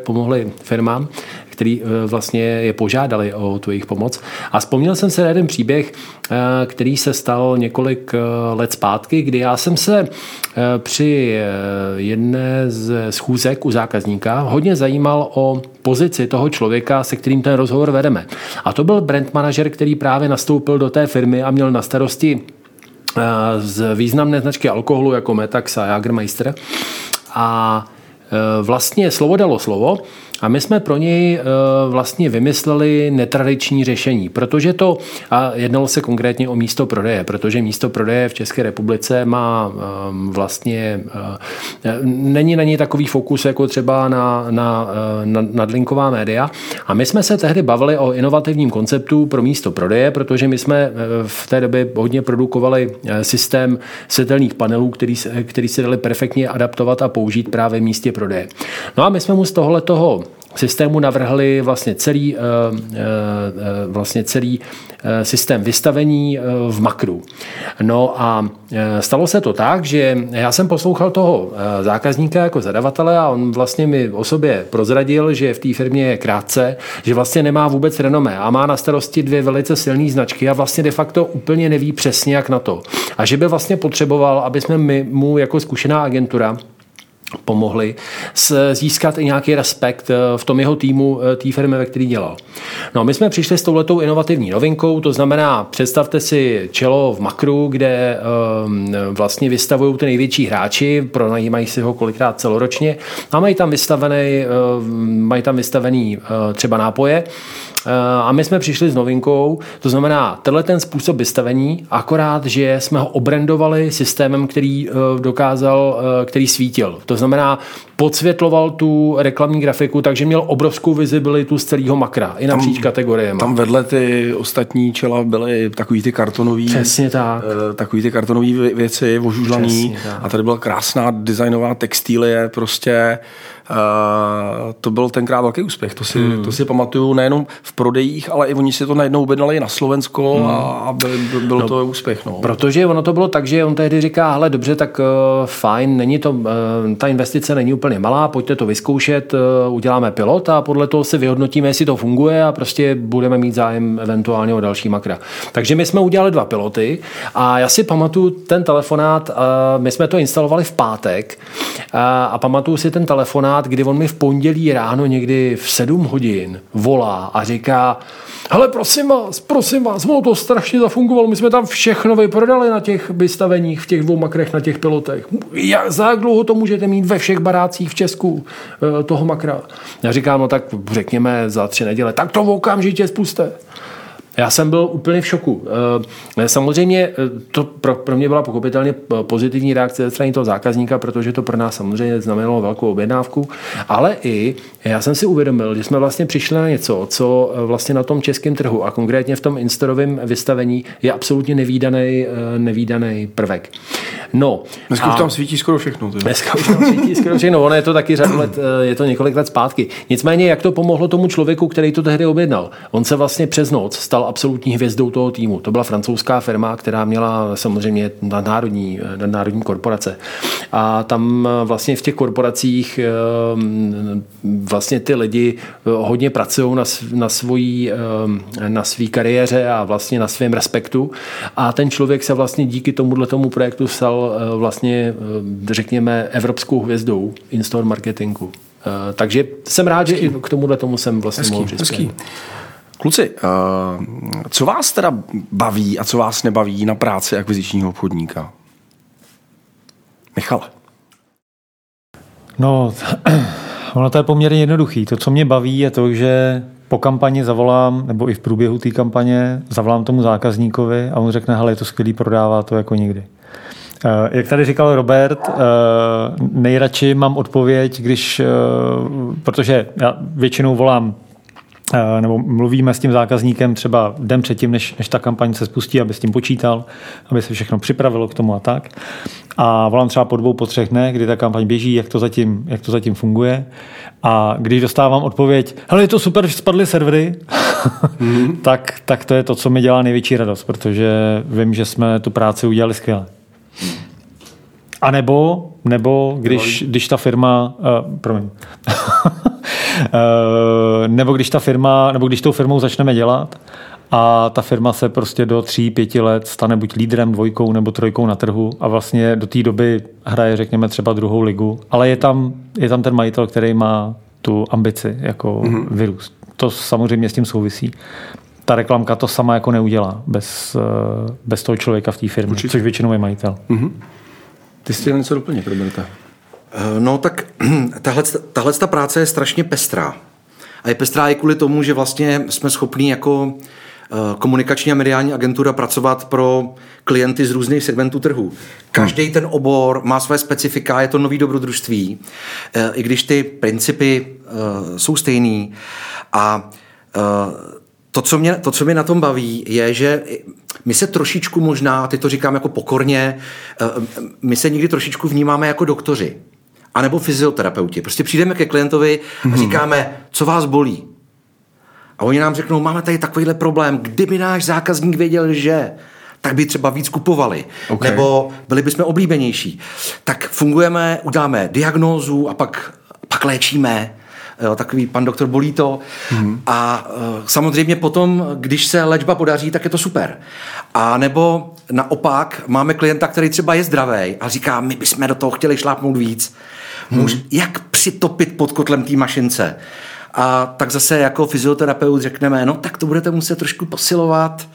pomohli firmám, který vlastně je požádali o tu jejich pomoc. A vzpomněl jsem se na jeden příběh, který se stal několik let zpátky, kdy já jsem se při jedné z schůzek u zákazníka hodně zajímal o pozici toho člověka, se kterým ten rozhovor vedeme. A to byl brand manažer, který právě nastoupil do té firmy a měl na starosti z významné značky alkoholu jako Metax a Jägermeister. A vlastně slovo dalo slovo a my jsme pro něj vlastně vymysleli netradiční řešení, protože to, a jednalo se konkrétně o místo prodeje, protože místo prodeje v České republice má vlastně, není na něj takový fokus jako třeba na nadlinková média. A my jsme se tehdy bavili o inovativním konceptu pro místo prodeje, protože my jsme v té době hodně produkovali systém světelných panelů, který se dali perfektně adaptovat a použít právě v místě prodeje. No a my jsme mu z tohoto systému navrhli vlastně celý systém vystavení v makru. No a stalo se to tak, že já jsem poslouchal toho zákazníka jako zadavatele a on vlastně mi o sobě prozradil, že v té firmě je krátce, že vlastně nemá vůbec renomé a má na starosti 2 velice silné značky a vlastně de facto úplně neví přesně jak na to. A že by vlastně potřeboval, aby jsme mu jako zkušená agentura pomohli získat i nějaký respekt v tom jeho týmu, té firmy, ve který dělal. No a my jsme přišli s touhletou inovativní novinkou, to znamená, představte si čelo v makru, kde vlastně vystavují ty největší hráči, pronajímají si ho kolikrát celoročně a mají tam vystavený třeba nápoje. A my jsme přišli s novinkou, to znamená tenhle ten způsob vystavení, akorát, že jsme ho obrandovali systémem, který svítil. To znamená, podsvětloval tu reklamní grafiku, takže měl obrovskou vizibilitu z celého makra, i napříč kategoriemi. Tam vedle ty ostatní čela byly takový ty kartonový, přesně tak. Takový ty kartonový věci, ožužlaný. A tady byla krásná designová textilie, prostě to byl tenkrát velký úspěch. To si pamatuju nejenom v prodejích, ale i oni si to najednou objednali na Slovensko a byl to úspěch. No. Protože ono to bylo tak, že on tehdy říká, hele, dobře, tak fajn, není to, ta investice není úplně malá, pojďte to vyzkoušet, uděláme pilot a podle toho si vyhodnotíme, jestli to funguje a prostě budeme mít zájem eventuálně o další makra. Takže my jsme udělali 2 piloty a já si pamatuju ten telefonát, my jsme to instalovali v pátek a pamatuju si ten telefonát, kdy on mi v pondělí ráno někdy v 7 hodin volá a říká, hele, prosím vás, ono to strašně zafungovalo, my jsme tam všechno vyprodali na těch vystaveních, v těch 2 makrech, na těch pilotech. Za jak dlouho to můžete mít ve všech barácích v Česku toho makra? Já říkám, no tak řekněme za 3 neděle, tak to okamžitě spuste. Já jsem byl úplně v šoku. Samozřejmě to pro mě byla pochopitelně pozitivní reakce ze strany toho zákazníka, protože to pro nás samozřejmě znamenalo velkou objednávku, ale i já jsem si uvědomil, že jsme vlastně přišli na něco, co vlastně na tom českém trhu a konkrétně v tom in-storovém vystavení je absolutně nevýdaný prvek. No, dneska už tam svítí skoro všechno. Ono je to taky řadu let, je to několik let zpátky. Nicméně, jak to pomohlo tomu člověku, který to tehdy objednal? On se vlastně přes noc stal absolutní hvězdou toho týmu. To byla francouzská firma, která měla samozřejmě nadnárodní korporace. A tam vlastně v těch korporacích vlastně ty lidi hodně pracují na svý kariéře a vlastně na svém respektu. A ten člověk se vlastně díky tomu projektu stal vlastně, řekněme, evropskou hvězdou in-store marketingu. Takže jsem rád, že i k tomu jsem vlastně mohl přispět. Kluci, co vás teda baví a co vás nebaví na práci akvizičního obchodníka? Michale. No, ono to je poměrně jednoduchý. To, co mě baví, je to, že po kampani zavolám, nebo i v průběhu té kampaně, zavolám tomu zákazníkovi a on řekne, hele, je to skvělý, prodává to jako nikdy. Jak tady říkal Robert, nejradši mám odpověď, protože já většinou volám nebo mluvíme s tím zákazníkem třeba den předtím, než ta kampaň se spustí, aby s tím počítal, aby se všechno připravilo k tomu a tak. A volám třeba po 2, po 3 dnech, kdy ta kampaň běží, jak to zatím funguje. A když dostávám odpověď, hele, je to super, že spadly servery, tak to je to, co mi dělá největší radost, protože vím, že jsme tu práci udělali skvěle. A nebo když ta firma, Nebo když tou firmou začneme dělat a ta firma se prostě do 3-5 let stane buď lídrem, 2 nebo 3 na trhu a vlastně do té doby hraje, řekněme, třeba 2. ligu, ale je tam ten majitel, který má tu ambici jako vyrůst. To samozřejmě s tím souvisí. Ta reklamka to sama jako neudělá bez toho člověka v té firmě, určitě. Což většinou je majitel. Ty jsi chtěl něco doplnit, Roberta? No tak tahle práce je strašně pestrá. A je pestrá i kvůli tomu, že vlastně jsme schopní jako komunikační a mediální agentura pracovat pro klienty z různých segmentů trhu. Každý ten obor má své specifika, je to nový dobrodružství, i když ty principy jsou stejný. A to, co mě na tom baví, je, že my se trošičku možná, ty to říkám jako pokorně, my se někdy trošičku vnímáme jako doktoři. A nebo fyzioterapeuti. Prostě přijdeme ke klientovi a říkáme, co vás bolí. A oni nám řeknou, máme tady takovýhle problém, kdyby náš zákazník věděl, že, tak by třeba víc kupovali. Okay. Nebo byli bychom oblíbenější. Tak fungujeme, uděláme diagnózu a pak léčíme. Jo, takový pan doktor bolí to. A samozřejmě potom, když se léčba podaří, tak je to super. A nebo naopak máme klienta, který třeba je zdravý a říká, my bychom do toho chtěli šlápnout víc. Jak přitopit pod kotlem té mašince. A tak zase jako fyzioterapeut řekneme, no tak to budete muset trošku posilovat.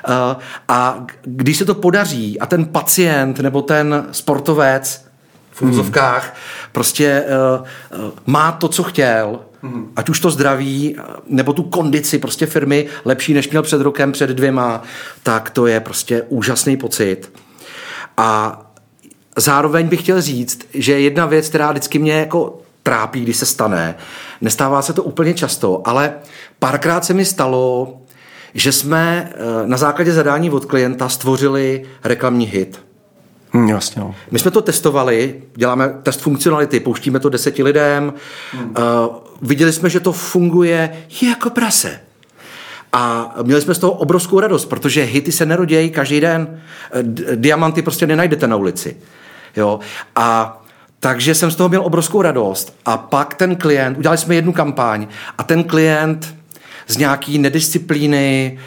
A když se to podaří a ten pacient nebo ten sportovec v úzovkách prostě má to, co chtěl, ať už to zdraví, nebo tu kondici prostě firmy lepší, než měl před rokem, před 2, tak to je prostě úžasný pocit. A zároveň bych chtěl říct, že jedna věc, která vždycky mě jako trápí, když se stane, nestává se to úplně často, ale párkrát se mi stalo, že jsme na základě zadání od klienta stvořili reklamní hit. Jasně. No. My jsme to testovali, děláme test funkcionality, pouštíme to 10 lidem, viděli jsme, že to funguje jako prase. A měli jsme z toho obrovskou radost, protože hity se nerodějí každý den, diamanty prostě nenajdete na ulici. Jo? A takže jsem z toho měl obrovskou radost. A pak ten klient, udělali jsme 1 kampaň a ten klient z nějaký nedisciplíny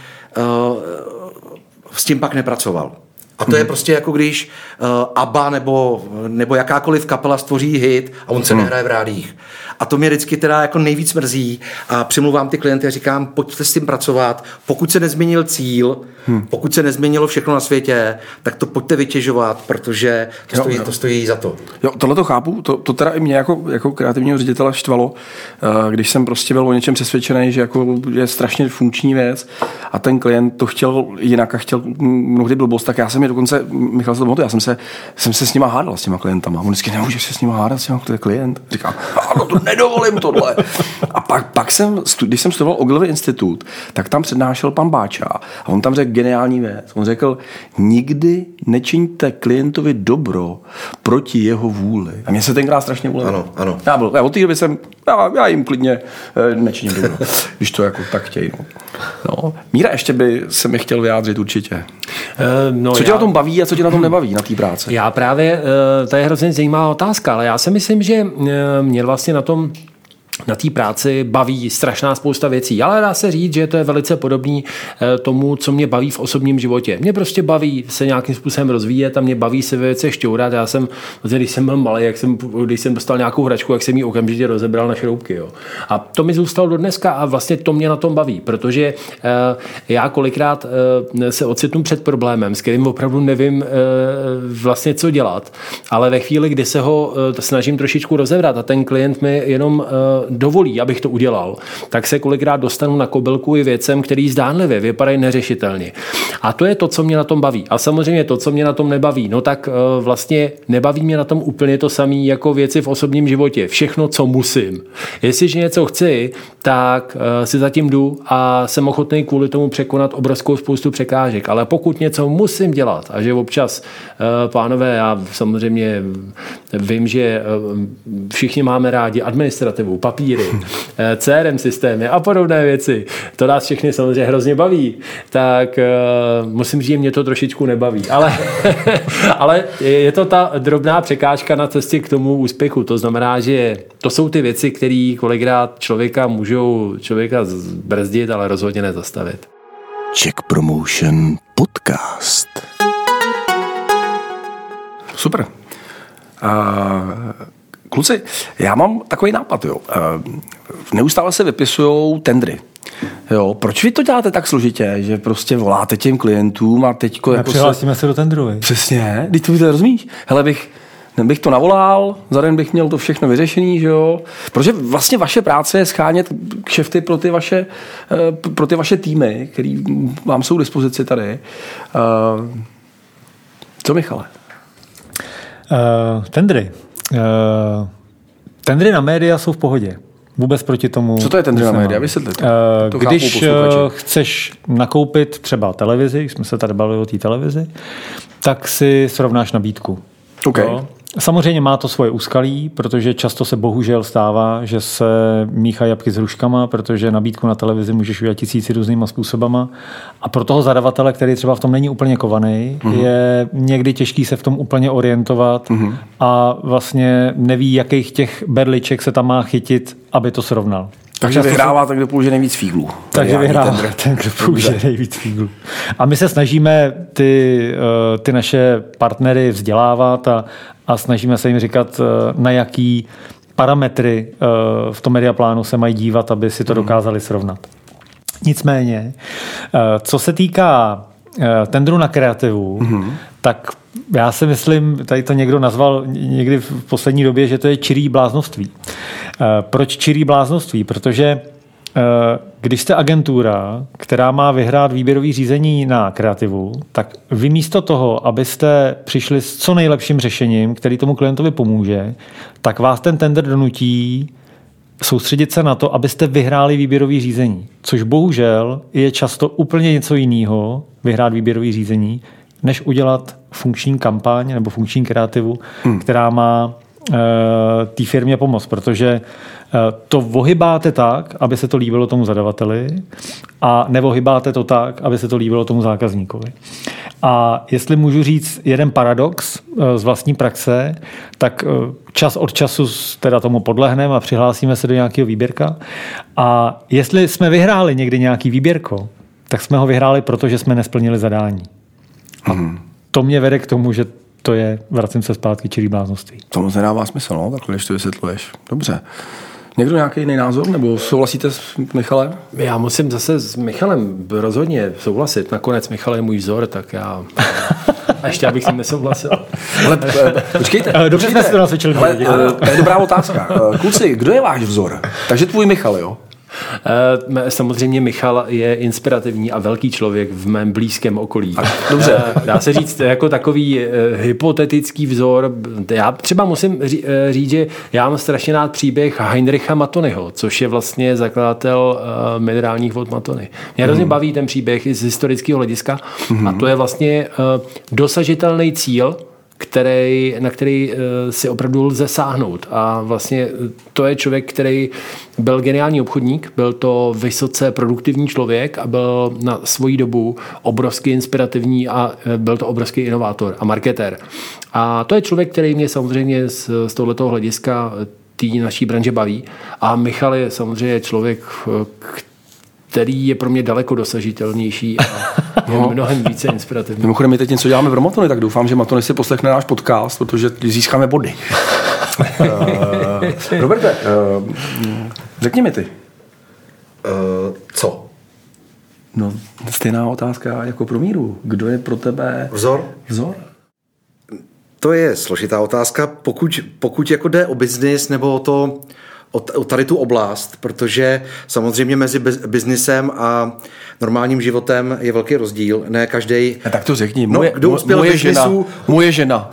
s tím pak nepracoval. A to je prostě jako když ABBA nebo jakákoliv kapela stvoří hit a on se nehraje v rádiích. A to mě vždycky teda jako nejvíc mrzí a přimluvám ty klienty a říkám, pojďte s tím pracovat, pokud se nezměnil cíl, pokud se nezměnilo všechno na světě, tak to pojďte vytěžovat, protože to stojí za to. Jo, tohle to chápu, to teda i mě jako kreativního ředitele štvalo, když jsem prostě byl o něčem přesvědčený, že jako je strašně funkční věc a ten klient to chtěl jinak a chtěl mnohdy blbost, tak já jsem je dokonce, Michal se to pamatuje, já jsem se s nima hádal, s těma klientama. On vždycky nemůžeš se s nima hádat, to je klient. Říkám, no to nedovolím tohle. A pak když jsem studoval Ogilvy institut, tak tam přednášel pan Báča a on tam řekl geniální věc. On řekl, nikdy nečiňte klientovi dobro proti jeho vůli. A mě se tenkrát strašně ulevilo. Ano. Já od té doby já jim klidně nečiním dobro, když to jako tak chtějí. No. Míra, ještě by se mi chtěl vyjádřit určitě. Co tě na tom baví a co tě na tom nebaví, na té práci? Já právě, to je hrozně zajímavá otázka, ale já si myslím, že mě vlastně na té práci baví strašná spousta věcí, ale dá se říct, že to je velice podobný tomu, co mě baví v osobním životě. Mě prostě baví se nějakým způsobem rozvíjet a mě baví se ve věcech šťourat. Já jsem, když jsem byl malý, když jsem dostal nějakou hračku, jak jsem ji okamžitě rozebral na šroubky. Jo. A to mi zůstalo do dneska a vlastně to mě na tom baví, protože já kolikrát se ocitnu před problémem, s kterým opravdu nevím vlastně co dělat, ale ve chvíli, kdy se ho snažím trošičku rozebrat a ten klient mi jenom dovolí, abych to udělal, tak se kolikrát dostanu na kobylku i věcem, který zdánlivě vypadají neřešitelně. A to je to, co mě na tom baví. A samozřejmě to, co mě na tom nebaví, no tak vlastně nebaví mě na tom úplně to samé jako věci v osobním životě. Všechno, co musím. Jestliže něco chci, tak si zatím jdu a jsem ochotný kvůli tomu překonat obrovskou spoustu překážek. Ale pokud něco musím dělat a že občas, pánové, já samozřejmě vím, že všichni máme rádi administrativu, papíry, papíry, CRM systémy a podobné věci, to nás všechny samozřejmě hrozně baví, tak musím říct, mě to trošičku nebaví. Ale je to ta drobná překážka na cestě k tomu úspěchu. To znamená, že to jsou ty věci, které kolikrát člověka můžou zbrzdit, ale rozhodně nezastavit. Czech Promotion Podcast. Super. Kluci, já mám takový nápad. Jo. Neustále se vypisujou tendry. Jo, proč vy to děláte tak složitě, že prostě voláte těm klientům a teďko... Jako přihlásíme se do tendru. Přesně, teď to rozumíš? Hele, bych to navolal, za den bych měl to všechno vyřešený, že jo? Protože vlastně vaše práce je schánět kšefty pro ty vaše týmy, který vám jsou k dispozici tady. Co, Michale? Tendry. Tendry na média jsou v pohodě. Vůbec proti tomu. Co to je tendry na média? Vysvětlete. Když chceš nakoupit třeba televizi, jsme se tady bavili o té televizi, tak si srovnáš nabídku. Okay. Samozřejmě má to svoje úskalí, protože často se bohužel stává, že se míchají jabky s hruškama, protože nabídku na televizi můžeš udělat 1000 různýma způsobama. A pro toho zadavatele, který třeba v tom není úplně kovaný, je někdy těžký se v tom úplně orientovat a vlastně neví, jakých těch berliček se tam má chytit, aby to srovnal. Takže vyhrává ten, kdo použije nejvíc fíglů. Takže vyhrává ten, kdo použije nejvíc fíglů. A my se snažíme ty naše partnery vzdělávat a snažíme se jim říkat, na jaký parametry v tom mediaplánu se mají dívat, aby si to dokázali srovnat. Nicméně, co se týká tendru na kreativu, tak já si myslím, tady to někdo nazval někdy v poslední době, že to je čirý bláznovství. Proč čirý bláznovství? Protože když jste agentura, která má vyhrát výběrový řízení na kreativu, tak vy místo toho, abyste přišli s co nejlepším řešením, který tomu klientovi pomůže, tak vás ten tender donutí soustředit se na to, abyste vyhráli výběrový řízení. Což bohužel je často úplně něco jiného, vyhrát výběrový řízení, než udělat funkční kampaň nebo funkční kreativu, která má té firmě pomoct, protože to ohybáte tak, aby se to líbilo tomu zadavateli a neohybáte to tak, aby se to líbilo tomu zákazníkovi. A jestli můžu říct jeden paradox z vlastní praxe, tak čas od času teda tomu podlehneme a přihlásíme se do nějakého výběrka a jestli jsme vyhráli někdy nějaký výběrko, tak jsme ho vyhráli, protože jsme nesplnili zadání. A to mě vede k tomu, že to je, vracím se zpátky, čirý bláznoství. To moc nedává smysl, no, takhle, když to vysvětluješ. Dobře. Někdo nějaký jiný názor, nebo souhlasíte s Michalem? Já musím zase s Michalem rozhodně souhlasit. Nakonec Michal je můj vzor, tak já... A ještě abych s tím nesouhlasil. Ale počkejte. Dobře jsme si to nasvědčili. To je dobrá otázka. Kluci, kdo je váš vzor? Takže tvůj Michal, jo? Samozřejmě Michal je inspirativní a velký člověk v mém blízkém okolí. Dobře. Dá se říct jako takový hypotetický vzor. Já třeba musím říct, že já mám strašně rád příběh Heinricha Matonyho, což je vlastně zakladatel minerálních vod Matony. Mě hrozně baví ten příběh i z historického hlediska a to je vlastně dosažitelný cíl, na který si opravdu lze sáhnout. A vlastně to je člověk, který byl geniální obchodník, byl to vysoce produktivní člověk a byl na svoji dobu obrovsky inspirativní a byl to obrovský inovátor a marketér. A to je člověk, který mě samozřejmě z tohoto hlediska té naší branže baví. A Michal je samozřejmě člověk, který je pro mě daleko dosažitelnější a je mnohem více inspirativní. Mimochodem, my teď něco děláme pro Matony, tak doufám, že Matony si poslechne náš podcast, protože získáme body. Roberte, řekni mi ty. Co? No, stejná otázka jako pro Míru. Kdo je pro tebe vzor? To je složitá otázka, pokud jako jde o biznis nebo o tady tu oblast, protože samozřejmě mezi biznisem a normálním životem je velký rozdíl. Ne každý. Tak to řekni. Moje žena.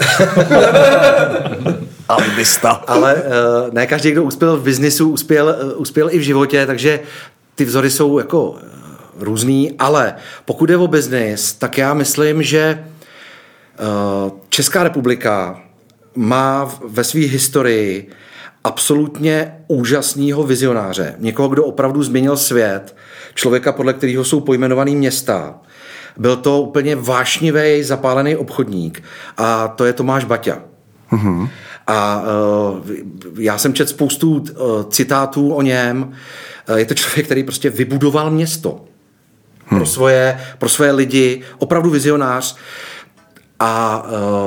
Alibista. Ale ne každý, kdo uspěl v biznisu, uspěl i v životě, takže ty vzory jsou jako různý, ale pokud je o biznis, tak já myslím, že Česká republika má ve své historii absolutně úžasného vizionáře, někoho, kdo opravdu změnil svět, člověka, podle kterého jsou pojmenovaný města. Byl to úplně vášnivý, zapálený obchodník a to je Tomáš Baťa. Mm-hmm. A já jsem četl spoustu citátů o něm. Je to člověk, který prostě vybudoval město pro svoje lidi, opravdu vizionář a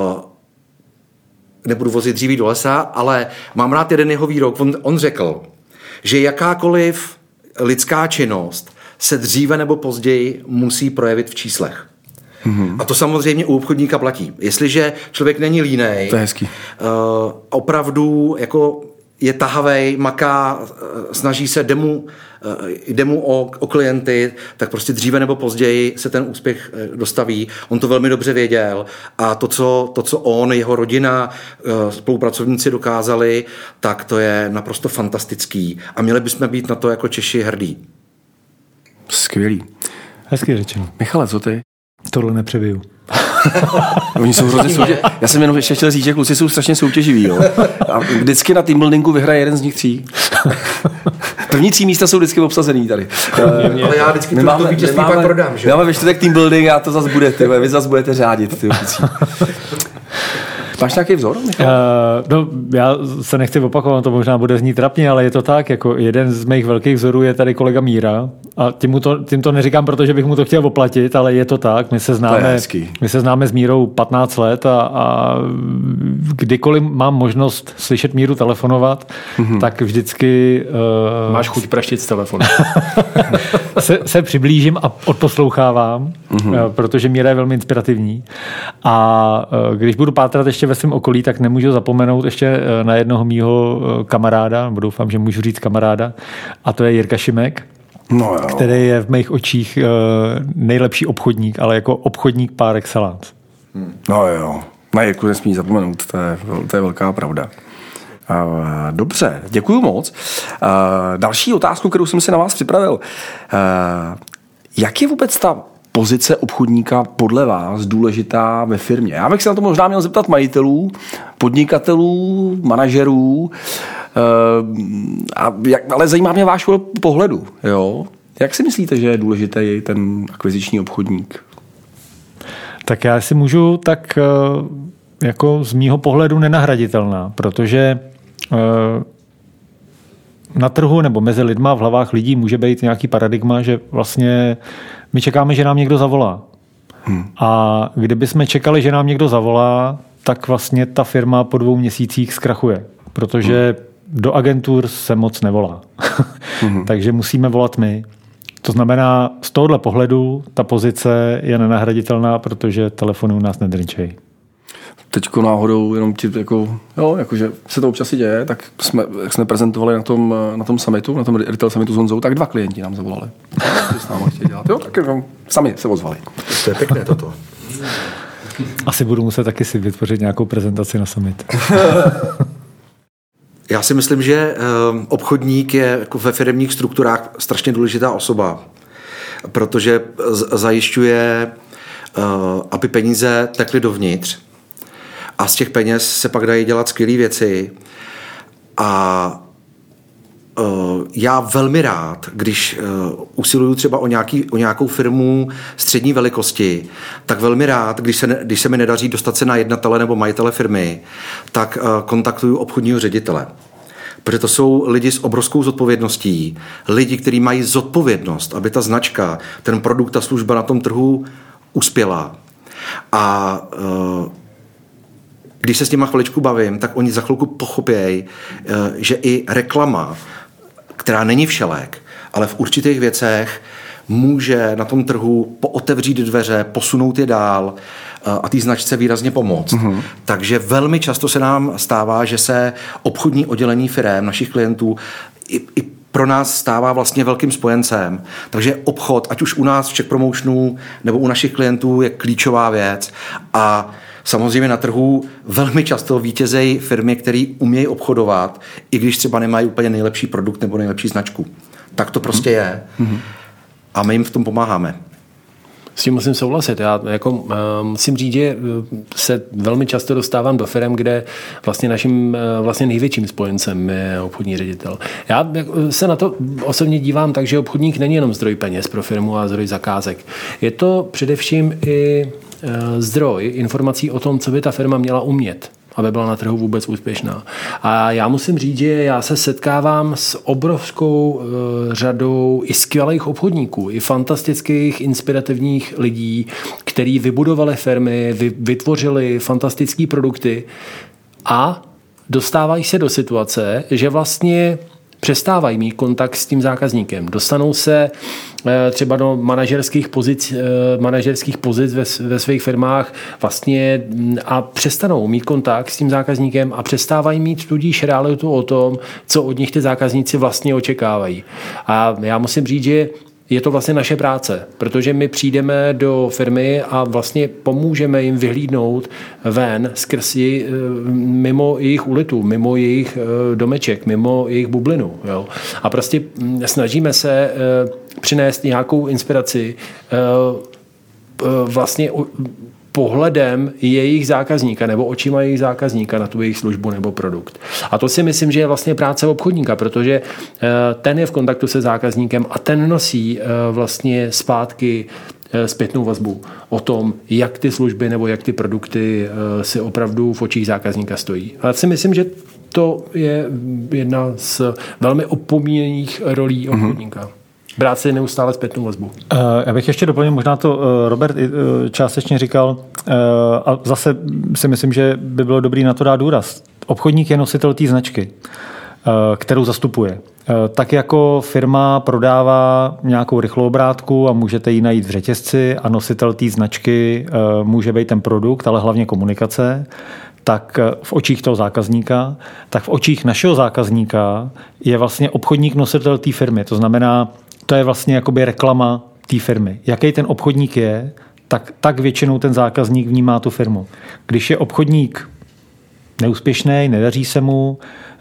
nebudu vozit dříví do lesa, ale mám rád jeden jeho výrok. On řekl, že jakákoliv lidská činnost se dříve nebo později musí projevit v číslech. Mm-hmm. A to samozřejmě u obchodníka platí. Jestliže člověk není línej, to je hezký. Opravdu jako je tahavej, maká, snaží se, jde mu o klienty, tak prostě dříve nebo později se ten úspěch dostaví. On to velmi dobře věděl a to, co on, jeho rodina, spolupracovníci dokázali, tak to je naprosto fantastický. A měli bychom být na to jako Češi hrdí. Skvělý. Hezky řečeno. Michale, co ty? Tohle nepřebiju. Oni jsou hrozně soutěživí. Já jsem jenom ještě chtěl říct, že kluci jsou strašně soutěživí. Jo? A vždycky na teambuildingu vyhraje jeden z nich 3. První 3 místa jsou vždycky obsazený tady. Ale já vždycky to vítězství pak prodám. Že? Máme ve čtvrtek teambuilding a to zase bude. Vy zase budete řádit. Máš nějaký vzor? No, já se nechci opakovat, to možná bude znít trapně, ale je to tak, jako jeden z mých velkých vzorů je tady kolega Míra a tím to neříkám, protože bych mu to chtěl oplatit, ale je to tak, my se známe s Mírou 15 let a kdykoliv mám možnost slyšet Míru telefonovat, tak vždycky... Máš chuť praštit z telefonu. se přiblížím a odposlouchávám, protože Míra je velmi inspirativní a když budu pátrat ještě ve svém okolí, tak nemůžu zapomenout ještě na jednoho mýho kamaráda, nebo doufám, že můžu říct kamaráda, a to je Jirka Šimek, který je v mých očích nejlepší obchodník, ale jako obchodník par excellence. No jo, na Jirku nesmí zapomenout, to je velká pravda. Dobře, děkuju moc. Další otázku, kterou jsem si na vás připravil. Jak je vůbec ta pozice obchodníka podle vás důležitá ve firmě? Já bych se na to možná měl zeptat majitelů, podnikatelů, manažerů, ale zajímá mě váš pohledu. Jo? Jak si myslíte, že je důležitý ten akviziční obchodník? Tak já si můžu tak jako z mýho pohledu nenahraditelná, protože na trhu nebo mezi lidma v hlavách lidí může být nějaký paradigma, že vlastně my čekáme, že nám někdo zavolá. A kdyby jsme čekali, že nám někdo zavolá, tak vlastně ta firma po 2 měsících zkrachuje, protože do agentur se moc nevolá. Takže musíme volat my. To znamená, z tohohle pohledu ta pozice je nenahraditelná, protože telefony u nás nedrčejí. Teďko náhodou jenom jakože se to občas děje, tak jak jsme prezentovali na tom summitu, na tom retail summitu s Honzou, tak 2 klienti nám zavolali. S náma chtěli dělat. Jo, tak sami se ozvali. To je pěkné toto. Asi budu muset taky si vytvořit nějakou prezentaci na summit. Já si myslím, že obchodník je jako ve firemních strukturách strašně důležitá osoba, protože zajišťuje, aby peníze tekly dovnitř a z těch peněz se pak dají dělat skvělé věci. A já velmi rád, když usiluju třeba o nějakou firmu střední velikosti, tak velmi rád, když se mi nedaří dostat se na jednatele nebo majitele firmy, tak kontaktuju obchodního ředitele. Protože to jsou lidi s obrovskou zodpovědností, lidi, kteří mají zodpovědnost, aby ta značka, ten produkt, ta služba na tom trhu uspěla. A když se s nima chviličku bavím, tak oni za chvilku pochopějí, že i reklama, která není všelék, ale v určitých věcech může na tom trhu pootevřít dveře, posunout je dál a té značce výrazně pomoct. Takže velmi často se nám stává, že se obchodní oddělení firem, našich klientů, i pro nás stává vlastně velkým spojencem. Takže obchod, ať už u nás v Czech Promotionu nebo u našich klientů, je klíčová věc. A samozřejmě na trhu velmi často vítězejí firmy, které umějí obchodovat, i když třeba nemají úplně nejlepší produkt nebo nejlepší značku. Tak to prostě je. A my jim v tom pomáháme. S tím musím souhlasit. Já musím říct, že se velmi často dostávám do firem, kde vlastně naším největším spojencem je obchodní ředitel. Já se na to osobně dívám tak, že obchodník není jenom zdroj peněz pro firmu a zdroj zakázek. Je to především i zdroj informací o tom, co by ta firma měla umět, aby byla na trhu vůbec úspěšná. A já musím říct, že já se setkávám s obrovskou řadou i skvělých obchodníků, i fantastických, inspirativních lidí, kteří vybudovali firmy, vytvořili fantastické produkty a dostávají se do situace, že vlastně přestávají mít kontakt s tím zákazníkem. Dostanou se třeba do manažerských pozic ve svých firmách vlastně a přestanou mít kontakt s tím zákazníkem a přestávají mít tudíž realitu o tom, co od nich ty zákazníci vlastně očekávají. A já musím říct, že je to vlastně naše práce, protože my přijdeme do firmy a vlastně pomůžeme jim vyhlídnout ven skrz mimo jejich ulitu, mimo jejich domeček, mimo jejich bublinu. Jo. A prostě snažíme se přinést nějakou inspiraci vlastně pohledem jejich zákazníka nebo očima jejich zákazníka na tu jejich službu nebo produkt. A to si myslím, že je vlastně práce obchodníka, protože ten je v kontaktu se zákazníkem a ten nosí vlastně zpátky zpětnou vazbu o tom, jak ty služby nebo jak ty produkty si opravdu v očích zákazníka stojí. A já si myslím, že to je jedna z velmi opomíjených rolí obchodníka. Brát si neustále zpětnou vazbu. Já bych ještě doplnil, možná to Robert částečně říkal, a zase si myslím, že by bylo dobrý na to dát důraz. Obchodník je nositel té značky, kterou zastupuje. Tak jako firma prodává nějakou rychlou obrátku a můžete ji najít v řetězci a nositel té značky může být ten produkt, ale hlavně komunikace, tak v očích toho zákazníka, tak v očích našeho zákazníka je vlastně obchodník nositel té firmy. To znamená, to je vlastně jakoby reklama té firmy. Jaký ten obchodník je, tak většinou ten zákazník vnímá tu firmu. Když je obchodník neúspěšný, nedaří se mu,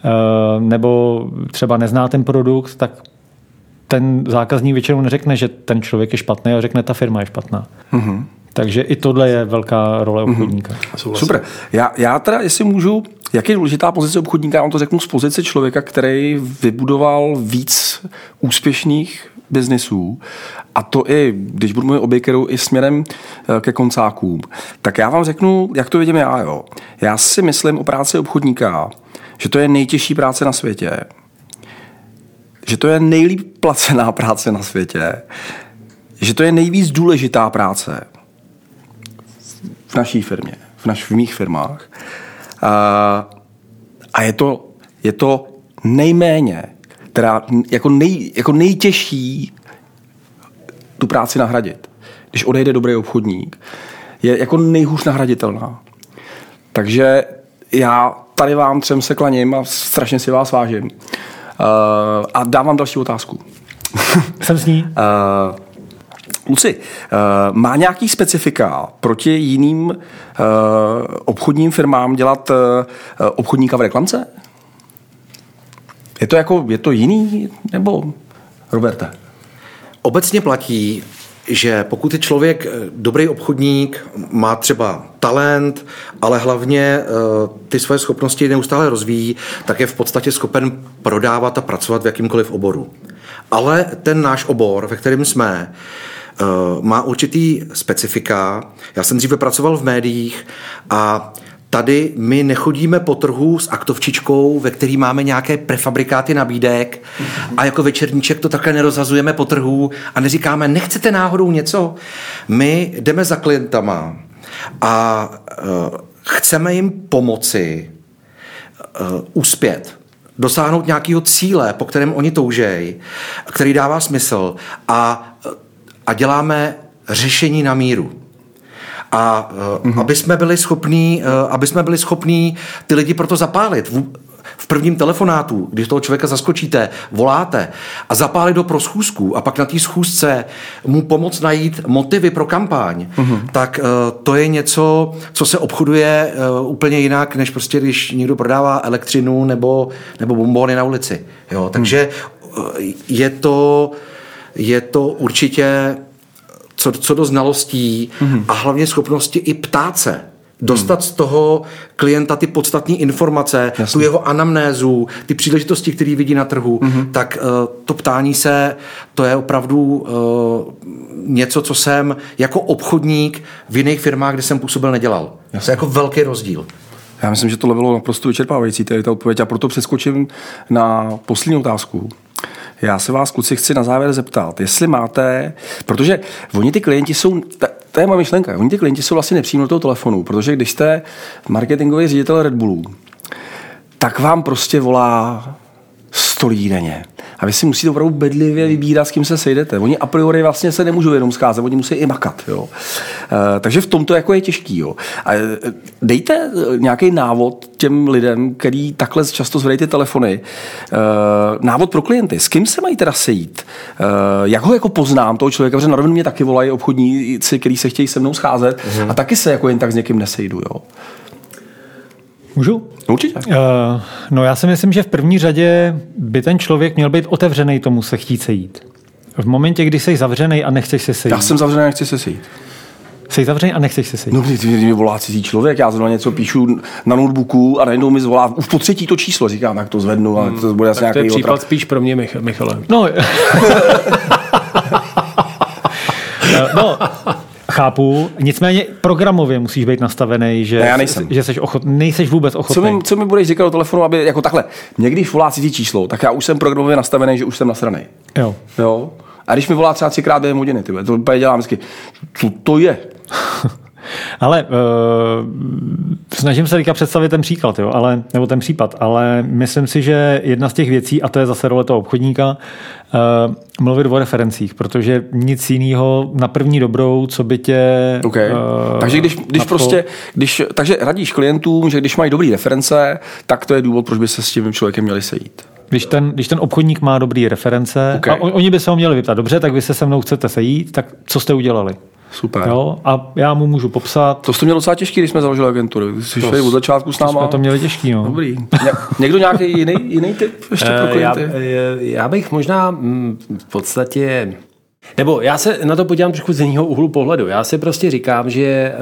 nebo třeba nezná ten produkt, tak ten zákazník většinou neřekne, že ten člověk je špatný, ale řekne, ta firma je špatná. Mm-hmm. Takže i tohle je velká role obchodníka. Mm-hmm. Super. Já teda, jestli můžu, jak je důležitá pozice obchodníka, já vám to řeknu z pozice člověka, který vybudoval víc úspěšných biznisů, a to i, když budu mluvit o bakeru, i směrem ke koncákům, tak já vám řeknu, jak to vidím já. Jo. Já si myslím o práci obchodníka, že to je nejtěžší práce na světě, že to je nejlíp placená práce na světě, že to je nejvíc důležitá práce v naší firmě, v mých firmách. A je to nejméně, teda jako nejtěžší tu práci nahradit. Když odejde dobrý obchodník, je jako nejhůř nahraditelná. Takže já tady vám třem se klaním a strašně si vás vážím. A dám vám další otázku. Jsem s ní. Luci, má nějaký specifika proti jiným obchodním firmám dělat obchodníka v reklamce? Je to jiný, nebo Roberte? Obecně platí, že pokud je člověk dobrý obchodník, má třeba talent, ale hlavně ty svoje schopnosti neustále rozvíjí, tak je v podstatě schopen prodávat a pracovat v jakýmkoliv oboru. Ale ten náš obor, ve kterém jsme, má určitý specifika. Já jsem dříve pracoval v médiích a tady my nechodíme po trhu s aktovčičkou, ve který máme nějaké prefabrikáty nabídek a jako večerníček to takhle nerozhazujeme po trhu a neříkáme, nechcete náhodou něco? My jdeme za klientama a chceme jim pomoci uspět, dosáhnout nějakého cíle, po kterém oni toužejí, který dává smysl a děláme řešení na míru. A aby jsme byli schopní ty lidi proto zapálit. V prvním telefonátu, když toho člověka zaskočíte, voláte a zapálit do pro schůzku a pak na té schůzce mu pomoct najít motivy pro kampaň, tak to je něco, co se obchoduje úplně jinak, než prostě, když někdo prodává elektřinu nebo bonbony na ulici. Jo, takže je to určitě co do znalostí a hlavně schopnosti i ptát se. Dostat z toho klienta ty podstatné informace, tu jeho anamnézu, ty příležitosti, které vidí na trhu, tak to ptání se, to je opravdu něco, co jsem jako obchodník v jiných firmách, kde jsem působil, nedělal. To je jako velký rozdíl. Já myslím, že tohle bylo naprosto vyčerpávající, tady ta odpověď, a proto přeskočím na poslední otázku. Já se vás, kluci, chci na závěr zeptat, jestli máte, protože oni ty klienti jsou, to je moje myšlenka, oni ty klienti jsou vlastně nepřímo do toho telefonu, protože když jste marketingový ředitel Red Bullu, tak vám prostě volá 100 lidí denně. A vy si musíte opravdu bedlivě vybírat, s kým se sejdete. Oni a priori vlastně se nemůžou jenom scházet, oni musí i makat. Jo. Takže v tomto jako je těžký. Jo. A dejte nějaký návod těm lidem, který takhle často zvedají ty telefony. Návod pro klienty. S kým se mají teda sejít? Jak ho jako poznám toho člověka? Protože na rovinu mě taky volají obchodníci, kteří se chtějí se mnou scházet a taky se jako jen tak s někým nesejdu. Jo. Můžu? Určitě. No já si myslím, že v první řadě by ten člověk měl být otevřený tomu se chtít sejít. V momentě, kdy jsi zavřený a nechceš se sejít. Já jsem zavřený a nechci se sejít. Jsi zavřený a nechceš se sejít. No, když mi volá cizí člověk, já zrovna něco píšu na notebooku a najednou mi zvolá už po třetí to číslo, říkám, tak to zvednu a to bude asi nějaký. To je případ spíš pro mě, Michale. No, no, chápu, nicméně programově musíš být nastavený, že, že nejseš vůbec ochotný. Co mi budeš říkat do telefonu, aby jako takhle, mě když volá cizí číslo, tak já už jsem programově nastavený, že už jsem nasranej. Jo. A když mi volá třeba 3x během hodiny, to úplně dělám vždycky, co to je? Ale snažím se teďka představit ten příklad, jo, nebo ten případ, ale myslím si, že jedna z těch věcí, a to je zase role toho obchodníka, mluvit o referencích, protože nic jiného na první dobrou, co by tě... Okay. Takže takže radíš klientům, že když mají dobrý reference, tak to je důvod, proč by se s tím člověkem měli sejít. Když ten obchodník má dobrý reference, a oni by se ho měli vyptat, dobře, tak vy se mnou chcete sejít, tak co jste udělali? Super. Jo, a já mu můžu popsat. To jste měl docela těžký, když jsme založili agenturu. Jsi šli od začátku s náma. Jsme to měli těžký, no. Dobrý. Někdo nějaký jiný tip ještě pro klienty? Já bych možná v podstatě... Nebo já se na to podívám trošku z jiného úhlu pohledu. Já si prostě říkám, že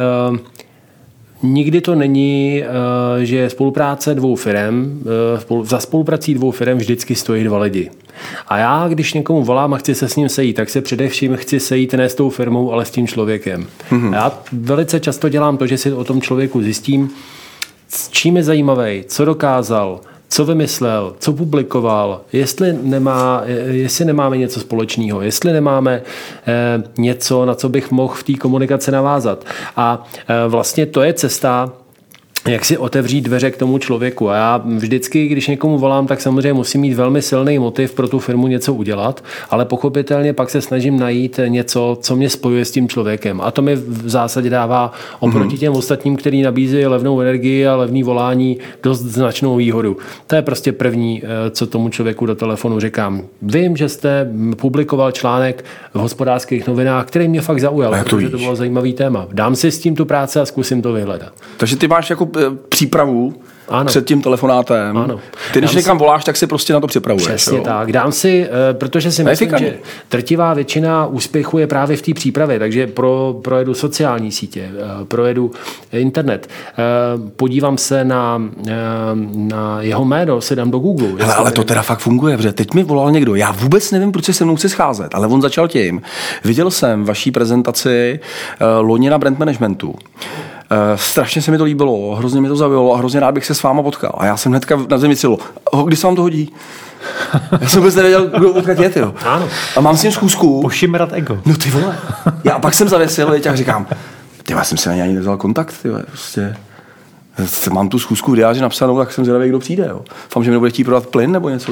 nikdy to není, že spolupráce dvou firem, za spoluprací dvou firem vždycky stojí dva lidi. A já, když někomu volám a chci se s ním sejít, tak se především chci sejít ne s tou firmou, ale s tím člověkem. Mm-hmm. Já velice často dělám to, že si o tom člověku zjistím, s čím je zajímavý, co dokázal, co vymyslel, co publikoval, jestli nemáme něco společného, jestli nemáme něco, na co bych mohl v té komunikaci navázat. A vlastně to je cesta, jak si otevřít dveře k tomu člověku. A já vždycky, když někomu volám, tak samozřejmě musím mít velmi silný motiv pro tu firmu něco udělat, ale pochopitelně pak se snažím najít něco, co mě spojuje s tím člověkem. A to mi v zásadě dává oproti těm ostatním, který nabízí levnou energii a levný volání, dost značnou výhodu. To je prostě první, co tomu člověku do telefonu říkám. Vím, že jste publikoval článek v Hospodářských novinách, který mě fakt zaujal, protože to bylo zajímavý téma. Dám si s tím tu práci a zkusím to vyhledat. Takže ty máš jako přípravu před tím telefonátem. Ano. Ty, když někam voláš, tak si prostě na to připravuješ. Přesně tak. Dám si, protože si myslím, že drtivá většina úspěchu je právě v té přípravě, takže projedu sociální sítě, projedu internet, podívám se na jeho jméno, si dám do Google. Hele, ale to teda fakt funguje, protože teď mi volal někdo, já vůbec nevím, proč se mnou chce scházet, ale on začal tím. Viděl jsem vaší prezentaci loni na brand managementu. Strašně se mi to líbilo, hrozně mi to zaujalo a hrozně rád bych se s váma potkal. A já jsem hnedka na zemi cíl, kdy se vám to hodí? Já jsem vůbec nevěděl, kdo odkud je, jo. Ano. A mám s ním schůzku. Pošimrat ego. No ty vole. Já pak jsem zavěsil a říkám, já jsem si na něj ani nevzal kontakt, prostě. Mám tu schůzku v diáři napsanou, tak jsem zvědavý, kdo přijde. Jo. Doufám, že mi nebude chtít prodat plyn nebo něco.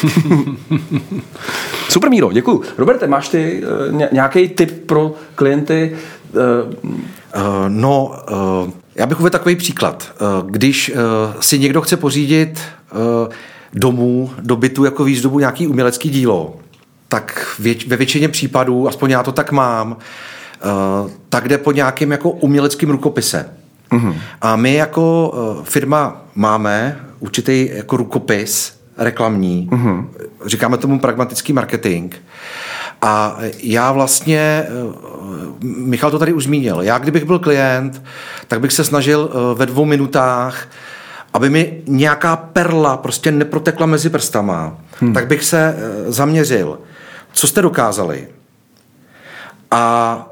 Super, Míro, děkuju. Roberte, máš ty nějaký tip pro klienty? Já bych uvedl takový příklad. Když si někdo chce pořídit do bytu jako výzdobu nějaký umělecký dílo, tak ve většině případů, aspoň já to tak mám, tak jde po nějakým jako uměleckým rukopise. Mm-hmm. A my jako firma máme určitý jako rukopis reklamní, říkáme tomu pragmatický marketing. A já vlastně Michal to tady už zmínil. Já, kdybych byl klient, tak bych se snažil ve 2 minutách, aby mi nějaká perla prostě neprotekla mezi prstama, tak bych se zaměřil, co jste dokázali a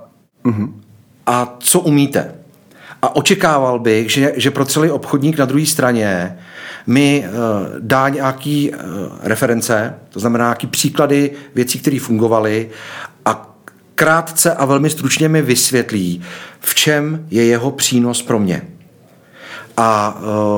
co umíte. A očekával bych, že pro celý obchodník na druhé straně mi dá nějaký reference, to znamená nějaký příklady věcí, které fungovaly a krátce a velmi stručně mi vysvětlí, v čem je jeho přínos pro mě. A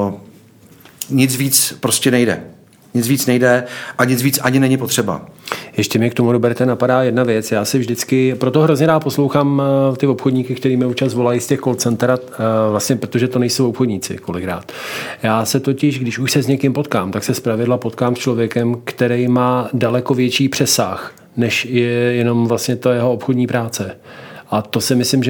nic víc prostě nejde. Nic víc nejde a nic víc ani není potřeba. Ještě mi k tomu, Roberte, napadá jedna věc. Já si vždycky, proto hrozně rád poslouchám ty obchodníky, který mi občas volají z těch call center, vlastně protože to nejsou obchodníci kolikrát. Já se totiž, když už se s někým potkám, tak se zpravidla potkám s člověkem, který má daleko větší přesah, než je jenom vlastně to jeho obchodní práce. A to si myslím, že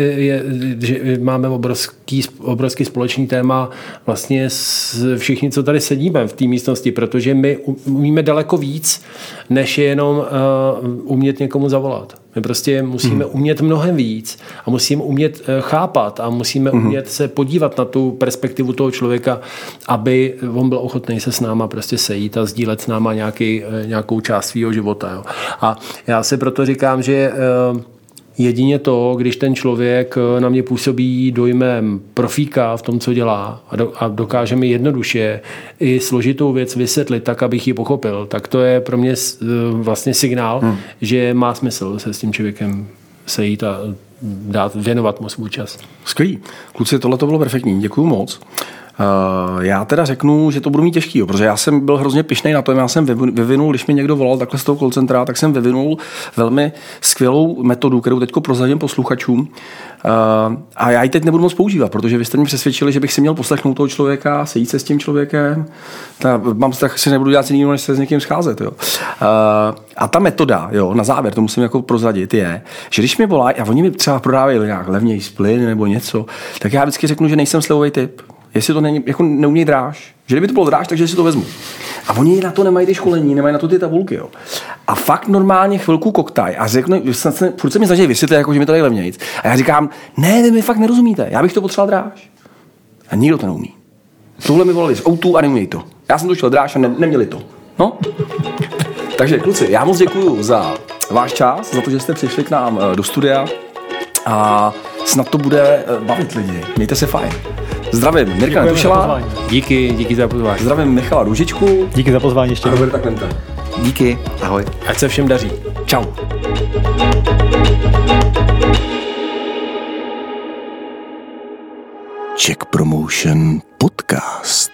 máme obrovský společný téma vlastně všichni, co tady sedíme v té místnosti, protože my umíme daleko víc, než je jenom umět někomu zavolat. My prostě musíme umět mnohem víc a musíme umět chápat a musíme umět se podívat na tu perspektivu toho člověka, aby on byl ochotný se s náma prostě sejít a sdílet s náma nějakou část svého života. Jo. A já si proto říkám, že jedině to, když ten člověk na mě působí dojmem profíka v tom, co dělá a dokáže mi jednoduše i složitou věc vysvětlit tak, abych ji pochopil, tak to je pro mě vlastně signál, že má smysl se s tím člověkem sejít a věnovat mu svůj čas. Skvělý. Kluci, tohle to bylo perfektní. Děkuju moc. Já teda řeknu, že to budu mít těžký, protože já jsem byl hrozně pyšnej na to, já jsem vyvinul, když mi někdo volal takhle z toho call centra, tak jsem vyvinul velmi skvělou metodu, kterou teďko prozradím posluchačům. A já ji teď nebudu moc používat, protože vy jste mě přesvědčili, že bych si měl poslechnout toho člověka, sejít se s tím člověkem. Mám strach, že si nebudu dělat jiného, než se s někým scházet. Jo. A ta metoda, jo, na závěr, to musím jako prozradit, je, že když mi volají a oni mi třeba prodávají nějak levnější plyn nebo něco, tak já vždycky řeknu, že nejsem slevový typ. Jestli to není, jako neumějí dráž. Že kdyby to bylo dráž, takže si to vezmu. A oni na to nemají ty školení, nemají na to ty tabulky. Jo. A fakt normálně chvilku koktaj a řeknu, furt se mi snaží vysvětlit, jako, že mi to dají levnějc. A já říkám, ne, vy mi fakt nerozumíte, já bych to potřeboval dráž. A nikdo to neumí. Tohle mi volali z O2 a neumějí to. Já jsem to šel dráž a neměli to. No. Takže kluci, já moc děkuju za váš čas, za to, že jste přišli k nám do studia a snad to bude bavit lidi. Mějte se fajn. Zdravím Mirka Netušela. Díky za pozvání. Zdravím Michala Růžičku. Díky za pozvání ještě. A Roberta Klemta. Díky, ahoj. Ať se všem daří. Čau. Czech Promotion Podcast.